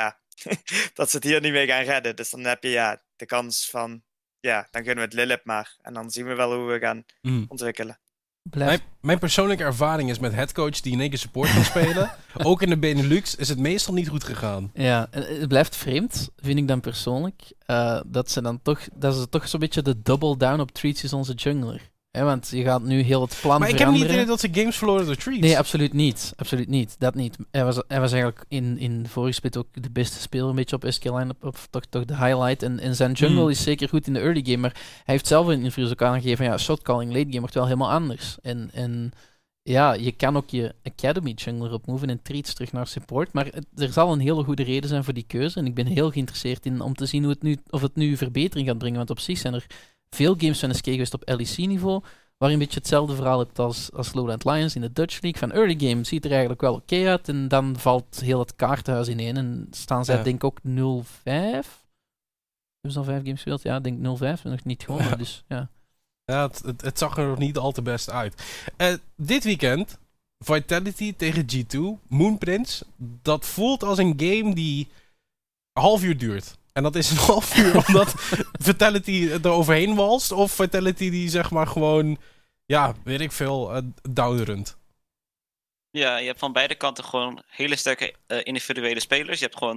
dat ze het hier niet mee gaan redden. Dus dan heb je de kans van, dan gunnen we het Lilip maar. En dan zien we wel hoe we gaan ontwikkelen. Mijn persoonlijke ervaring is met headcoach die in één keer support kan spelen. Ook in de Benelux is het meestal niet goed gegaan. Ja, het blijft vreemd, vind ik dan persoonlijk. Dat ze toch zo'n beetje de double down op Treats is onze jungler. Want je gaat nu heel het plan veranderen. Maar ik heb niet idee dat ze games verloren door Treats. Nee, absoluut niet. Absoluut niet. Dat niet. Hij was eigenlijk in de vorige split ook de beste speler een beetje op SK line-up. Of toch de highlight. En zijn jungle is zeker goed in de early game. Maar hij heeft zelf in interviews ook aangegeven van shotcalling late game wordt wel helemaal anders. En je kan ook je academy jungler opmoven en Treats terug naar support. Maar er zal een hele goede reden zijn voor die keuze. En ik ben heel geïnteresseerd in om te zien of het nu verbetering gaat brengen. Want op zich zijn er veel games van SK geweest op LEC-niveau, waar je een beetje hetzelfde verhaal hebt als Lowland Lions in de Dutch League. Van early game ziet er eigenlijk wel oké uit. En dan valt heel het kaartenhuis ineen. En staan zij denk ik ook 0-5. Hebben ze al 5 games gespeeld? Ja, ik denk 0-5. Nog niet gewonnen, dus ja. Ja, het zag er nog niet al te best uit. Dit weekend, Vitality tegen G2, Moonprince. Dat voelt als een game die een half uur duurt. En dat is een half uur omdat Vitality er overheen walst. Of Vitality die zeg maar gewoon, weet ik veel, downrunt. Ja, je hebt van beide kanten gewoon hele sterke individuele spelers. Je hebt gewoon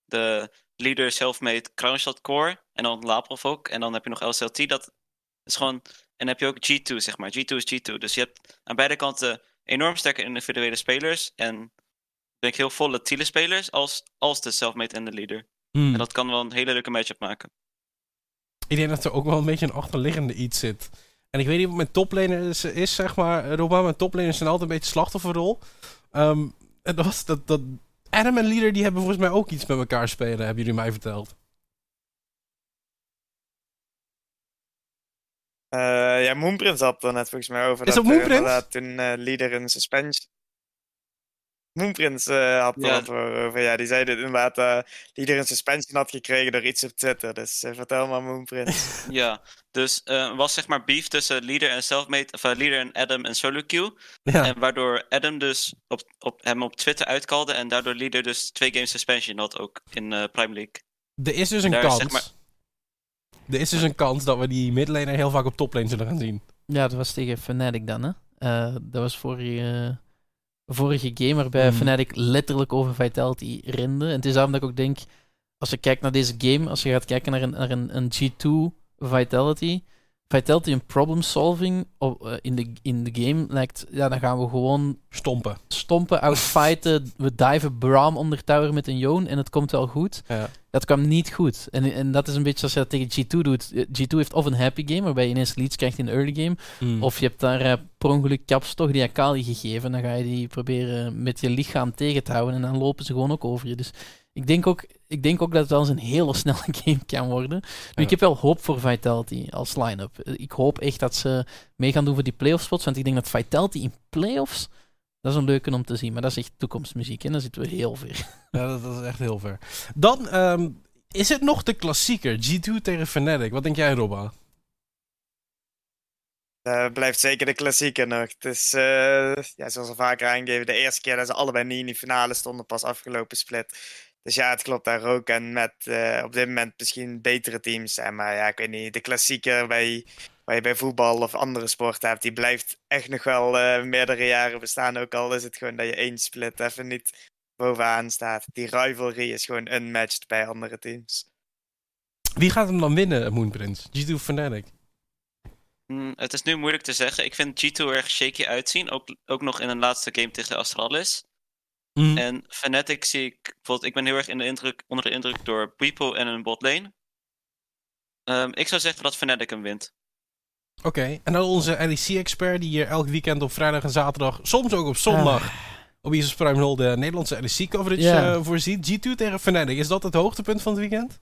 de leader self-made Crownshot Core. En dan Laprov ook. En dan heb je nog LCLT. Dat is gewoon... En dan heb je ook G2, zeg maar. G2 is G2. Dus je hebt aan beide kanten enorm sterke individuele spelers. En denk ik heel volatiele spelers als de self-made en de leader. En dat kan wel een hele leuke matchup maken. Ik denk dat er ook wel een beetje een achterliggende iets zit. En ik weet niet wat mijn toplaners is, zeg maar. Roba, mijn toplaners zijn altijd een beetje slachtofferrol. En dat was dat Adam en Leader, die hebben volgens mij ook iets met elkaar spelen, hebben jullie mij verteld. Ja, Moonprince had er net volgens mij over. Is dat Moonprince? Toen Leader in suspension... Moonprince had er wat over. Ja, die zei dat inderdaad Leader in suspension had gekregen door iets op Twitter. Dus vertel maar Moonprince. Ja, dus was zeg maar beef tussen Leader en Selfmade, of Leader en Adam en Solo Q. Ja. En waardoor Adam dus hem op Twitter uitkalde en daardoor Leader dus 2 games suspension had ook in Prime League. Er is dus een kans. Zeg maar... Er is dus een kans dat we die midlaner heel vaak op toplane zullen gaan zien. Ja, dat was tegen Fnatic dan, hè. Dat was vorige game waarbij Fnatic letterlijk over Vitality rende. En het is daarom dat ik ook denk, als je kijkt naar deze game, als je gaat kijken naar een G2 Vitality een problem solving in de game lijkt, ja, dan gaan we gewoon stompen, outfighten, we diven Braum onder tower met een Yone en het komt wel goed. Ja. Dat kwam niet goed. En dat is een beetje als je dat tegen G2 doet. G2 heeft of een happy game, waarbij je ineens leads krijgt in de early game, of je hebt daar per ongeluk Kapstoch die Akali gegeven, dan ga je die proberen met je lichaam tegen te houden en dan lopen ze gewoon ook over je. Dus ik denk ook dat het wel eens een hele snelle game kan worden. Nu, ik heb wel hoop voor Vitality als line-up. Ik hoop echt dat ze mee gaan doen voor die playoff spots, want ik denk dat Vitality in playoffs, dat is een leuke om te zien, maar dat is echt toekomstmuziek en dan zitten we heel ver. Ja, dat is echt heel ver. Dan is het nog de klassieker, G2 tegen Fnatic. Wat denk jij, Robba? Blijft zeker de klassieker nog. Het is, ja, zoals we vaker aangeven, de eerste keer dat ze allebei niet in de finale stonden, pas afgelopen split. Dus ja, het klopt daar ook. En met op dit moment misschien betere teams zijn. Maar ja, ik weet niet, de klassieker waar je bij voetbal of andere sporten hebt, die blijft echt nog wel meerdere jaren bestaan. Ook al is het gewoon dat je één split even niet bovenaan staat. Die rivalry is gewoon unmatched bij andere teams. Wie gaat hem dan winnen, Moonprince? G2 of Fnatic? Het is nu moeilijk te zeggen. Ik vind G2 erg shaky uitzien. Ook nog in een laatste game tegen Astralis. En Fnatic zie ik... Bijvoorbeeld, ik ben heel erg onder de indruk door Bwipo en een botlane. Ik zou zeggen dat Fnatic hem wint. Oké, en dan onze LEC-expert die hier elk weekend op vrijdag en zaterdag, soms ook op zondag, op Isos Prime 0 de Nederlandse LEC-coverage voorziet. G2 tegen Fnatic, is dat het hoogtepunt van het weekend?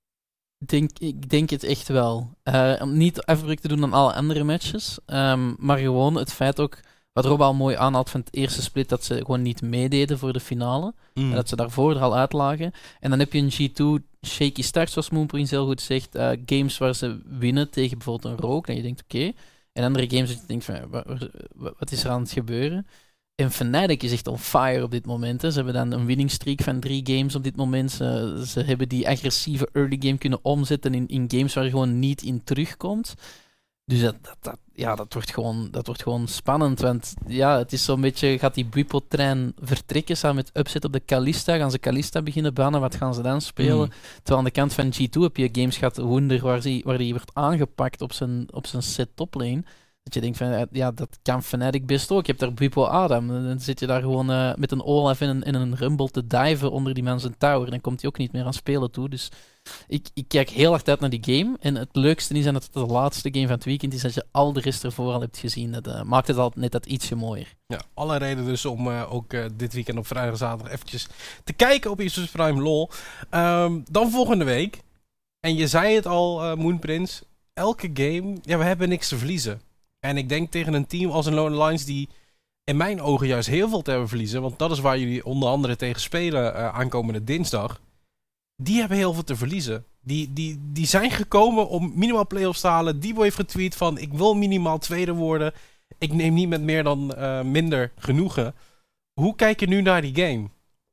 Ik denk het echt wel. Om niet afbreuk te doen aan alle andere matches, maar gewoon het feit ook, wat Rob al mooi aanhaalt van het eerste split, dat ze gewoon niet meededen voor de finale. En dat ze daarvoor er al uitlagen. En dan heb je een G2 shaky start, zoals Moonprince heel goed zegt. Games waar ze winnen tegen bijvoorbeeld een Rogue. En je denkt, oké. En andere games dat je denkt, van, wat is er aan het gebeuren? En Fnatic is echt on fire op dit moment. Hè. Ze hebben dan een winning streak van 3 games op dit moment. Ze hebben die agressieve early game kunnen omzetten in games waar je gewoon niet in terugkomt. Dus dat wordt gewoon spannend. Want ja, het is zo'n beetje, gaat die Bwipo-trein vertrekken samen met upset op de Kalista? Gaan ze Kalista beginnen bannen? Wat gaan ze dan spelen? Terwijl aan de kant van G2 heb je games gehad, Wunder, waar die wordt aangepakt op zijn set toplane. Dat je denkt van, ja, dat kan Fnatic best ook. Je hebt daar Bwipo Adam. Dan zit je daar gewoon met een Olaf en een Rumble te diven onder die mensen tower. Dan komt hij ook niet meer aan spelen toe. Dus ik kijk heel erg uit naar die game. En het leukste is, en dat het de laatste game van het weekend is, dat je al de rest ervoor al hebt gezien. Dat maakt het al net dat ietsje mooier. Ja, alle reden dus om ook dit weekend op vrijdag en zaterdag eventjes te kijken op Isos Prime LOL. Dan volgende week. En je zei het al, Moonprince. Elke game, ja, we hebben niks te verliezen. En ik denk tegen een team als een Lone Alliance die in mijn ogen juist heel veel te hebben verliezen. Want dat is waar jullie onder andere tegen spelen aankomende dinsdag. Die hebben heel veel te verliezen. Die zijn gekomen om minimaal play-offs te halen. Debo heeft getweet van, ik wil minimaal tweede worden. Ik neem niet met meer dan minder genoegen. Hoe kijk je nu naar die game?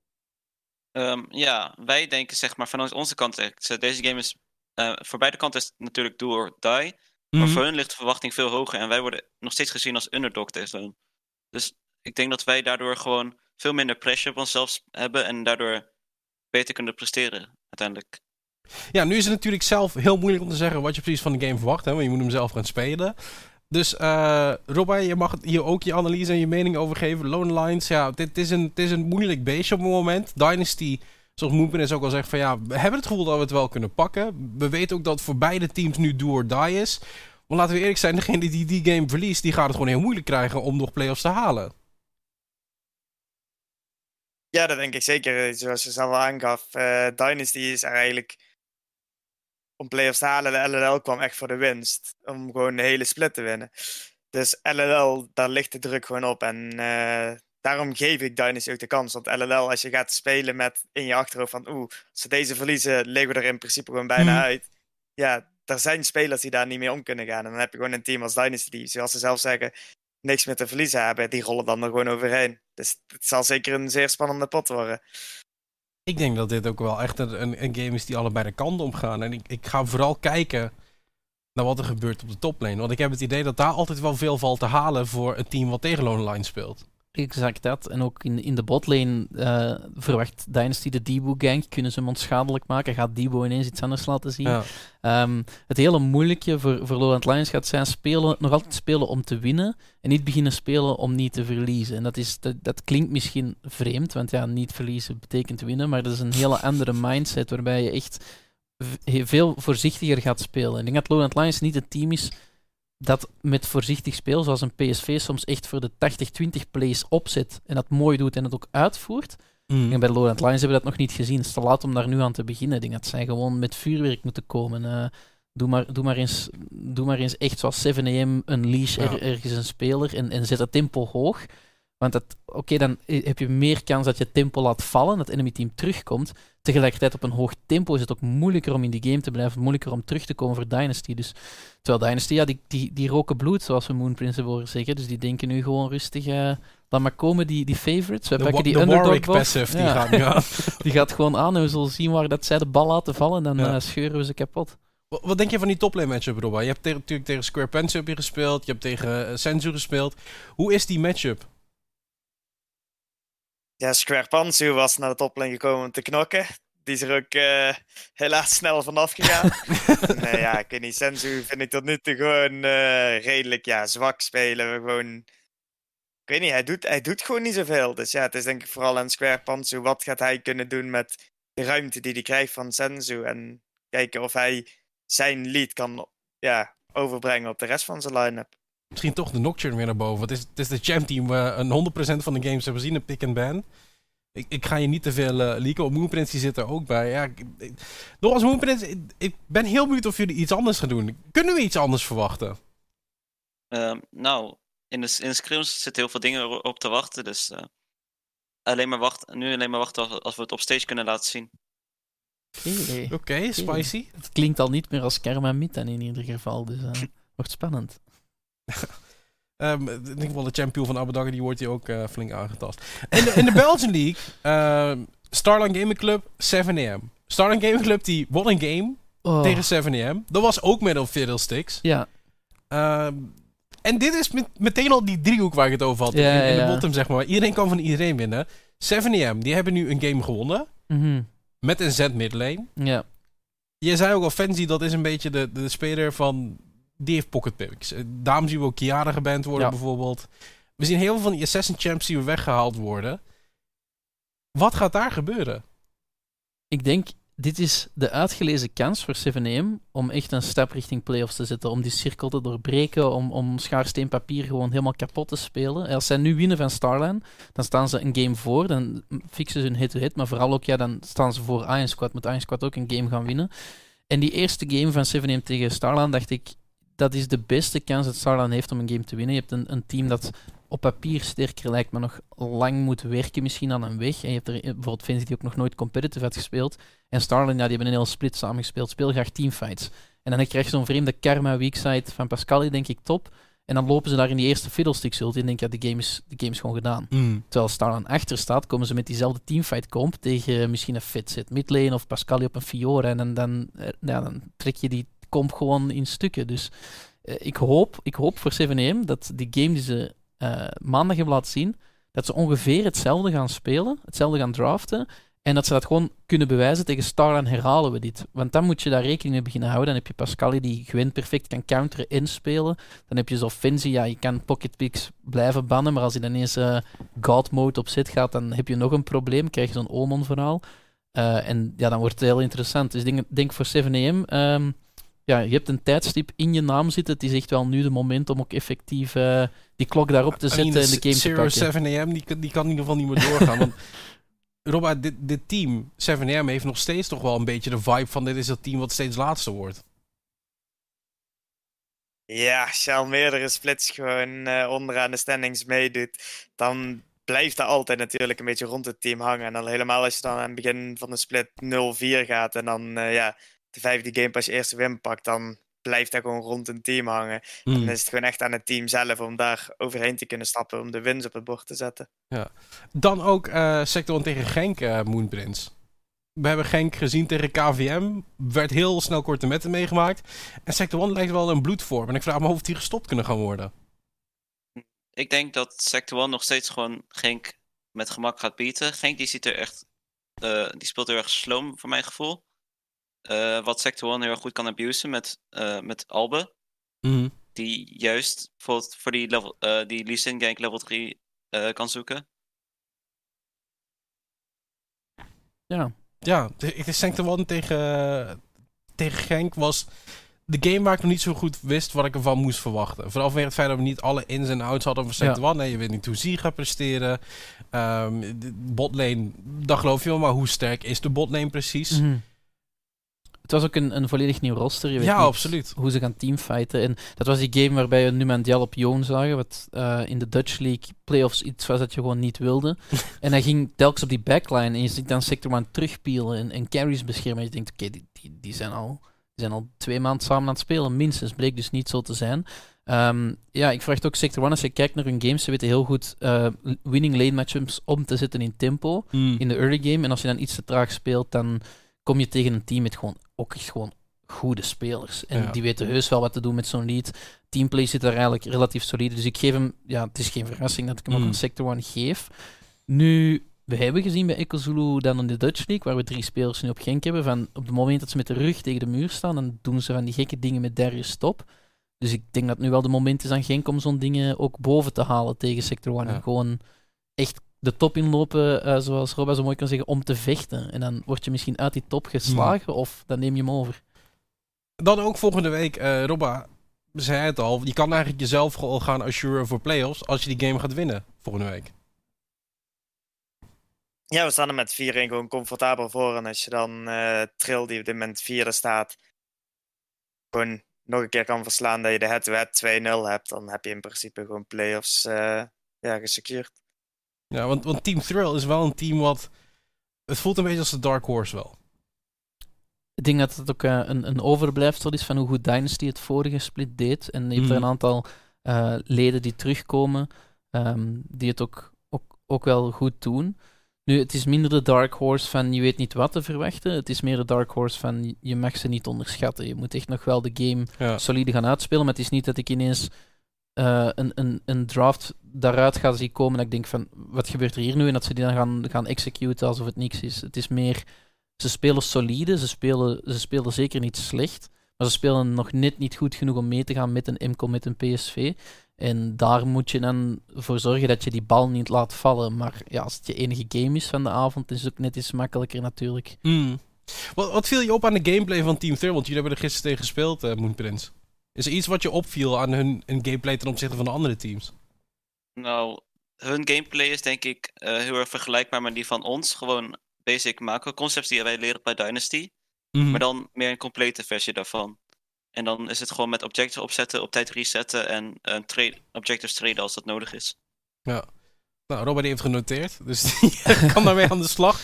Ja, wij denken zeg maar vanuit onze kant. Deze game is voor beide kanten is het natuurlijk do or die. Maar voor hun ligt de verwachting veel hoger. En wij worden nog steeds gezien als underdog tegen hun. Dus ik denk dat wij daardoor gewoon veel minder pressure op onszelf hebben. En daardoor beter kunnen presteren uiteindelijk. Ja, nu is het natuurlijk zelf heel moeilijk om te zeggen wat je precies van de game verwacht, hè, want je moet hem zelf gaan spelen. Dus Robin, je mag hier ook je analyse en je mening over geven. Lone Lines, ja, het is een moeilijk beestje op het moment. Dynasty, zoals Moonpin ook al zegt, van ja, we hebben het gevoel dat we het wel kunnen pakken. We weten ook dat het voor beide teams nu do or die is. Maar laten we eerlijk zijn, degene die game verliest, die gaat het gewoon heel moeilijk krijgen om nog play-offs te halen. Ja, dat denk ik zeker. Zoals je zelf al aangaf, Dynasty is er eigenlijk om play-offs te halen. De LLL kwam echt voor de winst. Om gewoon de hele split te winnen. Dus LLL, daar ligt de druk gewoon op. En daarom geef ik Dynasty ook de kans. Want LLL, als je gaat spelen met in je achterhoofd van als ze deze verliezen, liggen we er in principe gewoon bijna uit. Ja, er zijn spelers die daar niet mee om kunnen gaan. En dan heb je gewoon een team als Dynasty die, zoals ze zelf zeggen, niks meer te verliezen hebben. Die rollen dan er gewoon overheen. Dus het zal zeker een zeer spannende pot worden. Ik denk dat dit ook wel echt een game is die allebei de kanten op gaan. En ik ga vooral kijken naar wat er gebeurt op de toplane. Want ik heb het idee dat daar altijd wel veel valt te halen voor een team wat tegen Lone Line speelt. Exact dat. En ook in de botlane verwacht Dynasty de Debo-gang. Kunnen ze hem onschadelijk maken? Gaat Debo ineens iets anders laten zien? Ja. Het hele moeilijke voor Lowland Lions gaat zijn nog altijd spelen om te winnen. En niet beginnen spelen om niet te verliezen. En dat klinkt misschien vreemd, want ja, niet verliezen betekent winnen. Maar dat is een hele andere mindset waarbij je echt veel voorzichtiger gaat spelen. Ik denk dat Lowland Lions niet het team is dat met voorzichtig speel, zoals een PSV soms echt voor de 80-20 plays opzet en dat mooi doet en het ook uitvoert. En bij de Lowland Lions hebben we dat nog niet gezien. Het is te laat om daar nu aan te beginnen. Ik denk dat zij gewoon met vuurwerk moeten komen. Doe maar eens echt zoals 7am unleash ergens een speler en zet het tempo hoog. Want dan heb je meer kans dat je het tempo laat vallen, dat het enemy team terugkomt. Tegelijkertijd op een hoog tempo is het ook moeilijker om in die game te blijven, moeilijker om terug te komen voor Dynasty. Dus, terwijl Dynasty, ja, die roken bloed, zoals we Moon Prince horen zeggen. Dus die denken nu gewoon rustig, laat maar komen die favorites. We pakken die underdog Warwick passive, die gaat nu aan. Die gaat gewoon aan en we zullen zien waar dat zij de bal laten vallen en dan scheuren we ze kapot. Wat denk je van die toplane matchup, Robba? Je hebt natuurlijk tegen Square Pants gespeeld, je hebt tegen Senzu gespeeld. Hoe is die matchup? Ja, Square Pansu was naar de toplane gekomen om te knokken. Die is er ook helaas snel vanaf gegaan. Nee, ja, ik weet niet. Senzu vind ik tot nu toe gewoon redelijk zwak spelen. Gewoon, ik weet niet, hij doet gewoon niet zoveel. Dus ja, het is denk ik vooral aan Square Pansu. Wat gaat hij kunnen doen met de ruimte die hij krijgt van Senzu? En kijken of hij zijn lead kan overbrengen op de rest van zijn line-up. Misschien toch de Nocturne weer naar boven. Het is de champ team. Een 100% van de games hebben we zien een pick and ban. Ik ga je niet te veel leaken. Op Moonprince die zit er ook bij. Ja, nogmaals Moonprince, ik ben heel benieuwd of jullie iets anders gaan doen. Kunnen we iets anders verwachten? Nou, in de scrims zitten heel veel dingen op te wachten. Dus alleen maar wachten als we het op stage kunnen laten zien. Oké, spicy. Het klinkt al niet meer als Karma Mitten in ieder geval. Dus wordt spannend. Ik denk wel de champion van Abu Dhabi, die wordt hier ook flink aangetast. In de Belgian League, Starline Gaming Club, 7am. Starline Gaming Club, die won een game tegen 7am. Dat was ook met veel sticks. Ja. En dit is meteen al die driehoek waar ik het over had. In de bottom, zeg maar. Iedereen kan van iedereen winnen. 7am, die hebben nu een game gewonnen. Mm-hmm. Met een Z midlane. Ja. Je zei ook al, Fancy, dat is een beetje de speler van... Die heeft pocket picks. Daarom zien we ook Kiara geband worden bijvoorbeeld. We zien heel veel van die Assassin Champs die weggehaald worden. Wat gaat daar gebeuren? Ik denk, dit is de uitgelezen kans voor 7am om echt een stap richting playoffs te zetten. Om die cirkel te doorbreken, om schaarsteen papier gewoon helemaal kapot te spelen. Als zij nu winnen van Starline, dan staan ze een game voor. Dan fixen ze hun hit-to-hit. Maar vooral ook, dan staan ze voor Iron Squad. Moet Iron Squad ook een game gaan winnen. En die eerste game van 7am tegen Starline, dacht ik, dat is de beste kans dat Starline heeft om een game te winnen. Je hebt een team dat op papier sterker lijkt, maar nog lang moet werken misschien aan een weg. En je hebt er bijvoorbeeld Fancy die ook nog nooit competitive had gespeeld. En Starline, die hebben een hele split samengespeeld. Speel graag teamfights. En dan krijg je zo'n vreemde karma weakside van Pascali, denk ik, top. En dan lopen ze daar in die eerste fiddlestick ult en denk de game is gewoon gedaan. Terwijl Starline achter staat, komen ze met diezelfde teamfight comp tegen misschien een Fitset midlane of Pascali op een Fiora. En dan trek je die comp gewoon in stukken. Dus ik hoop voor 7am dat die game die ze maandag hebben laten zien, dat ze ongeveer hetzelfde gaan spelen, hetzelfde gaan draften En dat ze dat gewoon kunnen bewijzen tegen Star, dan herhalen we dit. Want dan moet je daar rekening mee beginnen houden. Dan heb je Pascali die Gwen perfect kan counteren inspelen. Dan heb je zo Finzi, je kan pocket picks blijven bannen, maar als hij dan eens God mode op zit gaat, dan heb je nog een probleem. Krijg je zo'n Omen-verhaal. En dan wordt het heel interessant. Dus ik denk voor 7am, je hebt een tijdstip in je naam zitten. Het is echt wel nu de moment om ook effectief die klok daarop te zetten en de game te pakken. 7am, die kan in ieder geval niet meer doorgaan. Want Robba, dit team, 7am, heeft nog steeds toch wel een beetje de vibe van dit is het team wat steeds laatste wordt. Ja, als je al meerdere splits gewoon onderaan de standings meedoet, dan blijft er altijd natuurlijk een beetje rond het team hangen. En dan helemaal als je dan aan het begin van de split 0-4 gaat en dan de 5e game pas je eerste win pakt, dan blijft dat gewoon rond een team hangen. En dan is het gewoon echt aan het team zelf om daar overheen te kunnen stappen, om de wins op het bord te zetten. Ja. Dan ook Sector 1 tegen Genk, Moonprince. We hebben Genk gezien tegen KVM. Werd heel snel korte metten meegemaakt. En Sector 1 lijkt wel een bloedvorm. En ik vraag me af of die gestopt kunnen gaan worden. Ik denk dat Sector 1 nog steeds gewoon Genk met gemak gaat beaten. Genk die ziet er echt... die speelt heel erg sloom, voor mijn gevoel. Wat Sector 1 heel erg goed kan abusen met Albe. Mm-hmm. Die juist bijvoorbeeld voor die Lee Sin gank level 3 kan zoeken. Ja, Sector 1 tegen Genk was de game waar ik nog niet zo goed wist wat ik ervan moest verwachten. Vooral vanwege het feit dat we niet alle ins en outs hadden van Sector 1. Nee, je weet niet hoe Zee gaat presteren. De botlane, dat geloof je wel, maar hoe sterk is de botlane precies? Mm-hmm. Het was ook een volledig nieuw roster. Je weet niet absoluut. Hoe ze gaan teamfighten. En dat was die game waarbij we Numandial op Joon zagen, wat in de Dutch League playoffs iets was dat je gewoon niet wilde. En hij ging telkens op die backline en je ziet dan Sector 1 terugpielen en carries beschermen. En je denkt, oké, die zijn al 2 maanden samen aan het spelen, minstens. Bleek dus niet zo te zijn. Ik verwacht ook Sector 1, als je kijkt naar hun games, ze weten heel goed winning lane matchups om te zetten in tempo in de early game. En als je dan iets te traag speelt, dan kom je tegen een team met ook echt gewoon goede spelers. En die weten heus wel wat te doen met zo'n lead. Teamplay zit daar eigenlijk relatief solide. Dus ik geef hem... Ja, het is geen verrassing dat ik hem ook een Sector 1 geef. Nu, we hebben gezien bij Echo Zulu dan in de Dutch League, waar we 3 spelers nu op Genk hebben, van op het moment dat ze met de rug tegen de muur staan, dan doen ze van die gekke dingen met Darius Stop. Dus ik denk dat nu wel de moment is aan Genk om zo'n dingen ook boven te halen tegen Sector 1. En gewoon echt de top inlopen, zoals Robba zo mooi kan zeggen, om te vechten. En dan word je misschien uit die top geslagen, of dan neem je hem over. Dan ook volgende week, Robba zei het al, je kan eigenlijk jezelf al gaan assuren voor playoffs als je die game gaat winnen volgende week. Ja, we staan er met 4-1 gewoon comfortabel voor. En als je dan Trill, die op dit moment 4e staat, gewoon nog een keer kan verslaan dat je de head-to-head 2-0 hebt, dan heb je in principe gewoon playoffs gesecured. Ja, want Team Thrill is wel een team wat... Het voelt een beetje als de Dark Horse wel. Ik denk dat het ook een overblijfsel is van hoe goed Dynasty het vorige split deed. En je hebt er een aantal leden die terugkomen, die het ook wel goed doen. Nu, het is minder de Dark Horse van je weet niet wat te verwachten. Het is meer de Dark Horse van je mag ze niet onderschatten. Je moet echt nog wel de game solide gaan uitspelen. Maar het is niet dat ik ineens een draft daaruit ga zien komen dat ik denk van, wat gebeurt er hier nu? En dat ze die dan gaan executen alsof het niks is. Het is meer, ze spelen solide, ze spelen zeker niet slecht, maar ze spelen nog net niet goed genoeg om mee te gaan met een MCO, met een PSV. En daar moet je dan voor zorgen dat je die bal niet laat vallen. Maar ja, als het je enige game is van de avond, is het ook net iets makkelijker natuurlijk. Wat viel je op aan de gameplay van Team Thrill? Want jullie hebben er gisteren tegen gespeeld, Moonprince. Is er iets wat je opviel aan hun gameplay ten opzichte van de andere teams? Nou, hun gameplay is denk ik heel erg vergelijkbaar met die van ons. Gewoon basic macro-concepts die wij leren bij Dynasty. Maar dan meer een complete versie daarvan. En dan is het gewoon met objectives opzetten, op tijd resetten en objectives traden als dat nodig is. Ja. Nou, Robert heeft genoteerd, dus die kan daarmee aan de slag.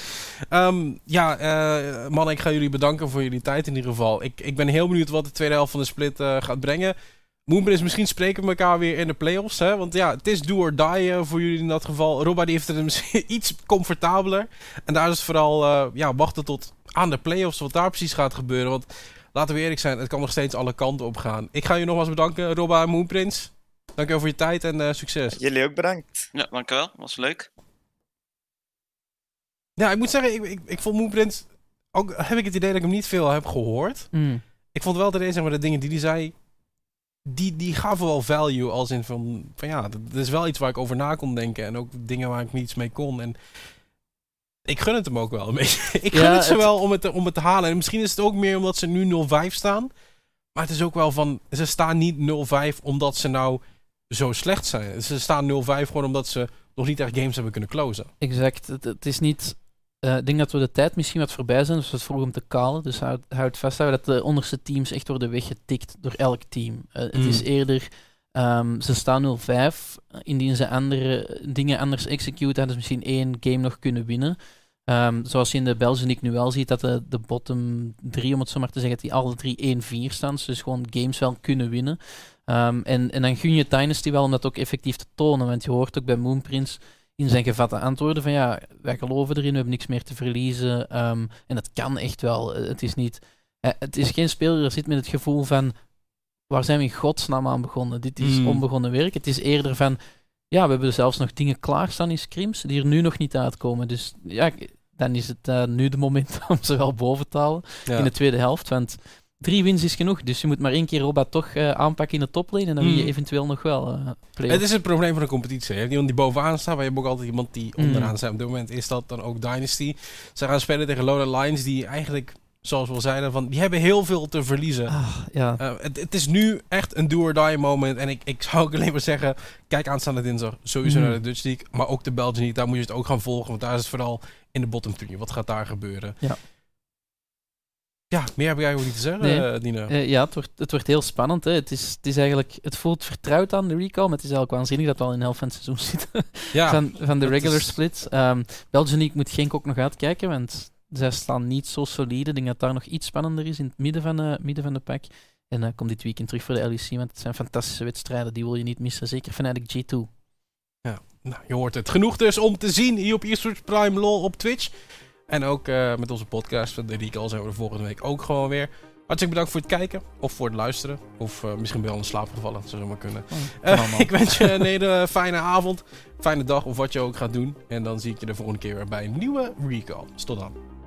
Mannen, ik ga jullie bedanken voor jullie tijd in ieder geval. Ik ben heel benieuwd wat de tweede helft van de split gaat brengen. Moonprince, misschien spreken we elkaar weer in de playoffs, hè? Want ja, het is do or die voor jullie in dat geval. Robert die heeft het misschien iets comfortabeler. En daar is het vooral wachten tot aan de playoffs, wat daar precies gaat gebeuren. Want laten we eerlijk zijn, het kan nog steeds alle kanten op gaan. Ik ga je nogmaals bedanken, Robba en Moonprince. Dankjewel voor je tijd en succes. Jullie ook bedankt. Ja, dankjewel. Was leuk. Ja, ik moet zeggen, ik vond Moonprince... Ook heb ik het idee dat ik hem niet veel heb gehoord. Ik vond wel dat de dingen die hij zei... Die gaven wel value als in van ja, dat is wel iets waar ik over na kon denken. En ook dingen waar ik niets mee kon. En ik gun het hem ook wel een beetje. Ik gun het ze wel om het te halen. En misschien is het ook meer omdat ze nu 0-5 staan. Maar het is ook wel van... Ze staan niet 0-5 omdat ze nou zo slecht zijn. Ze staan 0-5 gewoon omdat ze nog niet echt games hebben kunnen closen. Exact. Het is niet... Ik denk dat we de tijd misschien wat voorbij zijn, dus het vroeg om te callen. Dus houd vasthouden dat de onderste teams echt worden weggetikt door elk team. Het is eerder, ze staan 0-5. Indien ze andere dingen anders executen, hadden ze misschien 1 game nog kunnen winnen. Zoals je in de Belgian League nu wel ziet, dat de bottom 3, om het zo maar te zeggen, dat die alle 3 1-4 staan. Dus gewoon games wel kunnen winnen. En dan gun je Dynasty wel om dat ook effectief te tonen. Want je hoort ook bij Moonprince in zijn gevatte antwoorden van ja, wij geloven erin, we hebben niks meer te verliezen. En dat kan echt wel. Het is geen speler die zit met het gevoel van waar zijn we in godsnaam aan begonnen? Dit is onbegonnen werk. Het is eerder van ja, we hebben zelfs nog dingen klaarstaan in scrims die er nu nog niet uitkomen. Dus ja, dan is het nu de moment om ze wel boven te halen in de tweede helft. Want 3 wins is genoeg, dus je moet maar 1 keer Roba toch aanpakken in de toplane en dan win je eventueel nog wel play-off. Het is het probleem van de competitie. Je hebt iemand die bovenaan staat, maar je hebt ook altijd iemand die onderaan staat. Op dit moment is dat dan ook Dynasty. Ze gaan spelen tegen Loaded Lions die eigenlijk, zoals we al zeiden, die hebben heel veel te verliezen. Het is nu echt een do-or-die moment en ik zou ook alleen maar zeggen, kijk aanstaande dinsdag sowieso naar de Dutch League, maar ook de Belgian League. Daar moet je het ook gaan volgen, want daar is het vooral in de bottom 3. Wat gaat daar gebeuren? Ja, meer heb ik eigenlijk niet te zeggen, Nina. Ja, het wordt heel spannend. Hè. Het is eigenlijk, het voelt vertrouwd aan de recall, maar het is eigenlijk waanzinnig dat we al in de helft van het seizoen zitten. van de regular split. Belgian League moet Genk ook nog uitkijken, want zij staan niet zo solide. Ik denk dat daar nog iets spannender is in het midden van de pack. En kom dit weekend terug voor de LEC, want het zijn fantastische wedstrijden. Die wil je niet missen, zeker vanuit G2. Ja, nou, je hoort het. Genoeg dus om te zien hier op eSports Prime LoL op Twitch. En ook met onze podcast van de Recall zijn we de volgende week ook gewoon weer. Hartstikke bedankt voor het kijken of voor het luisteren. Of misschien ben je al in slaap gevallen, dat zou zomaar kunnen. Ik wens je een hele fijne avond, fijne dag of wat je ook gaat doen. En dan zie ik je de volgende keer weer bij een nieuwe Recall. Tot dan.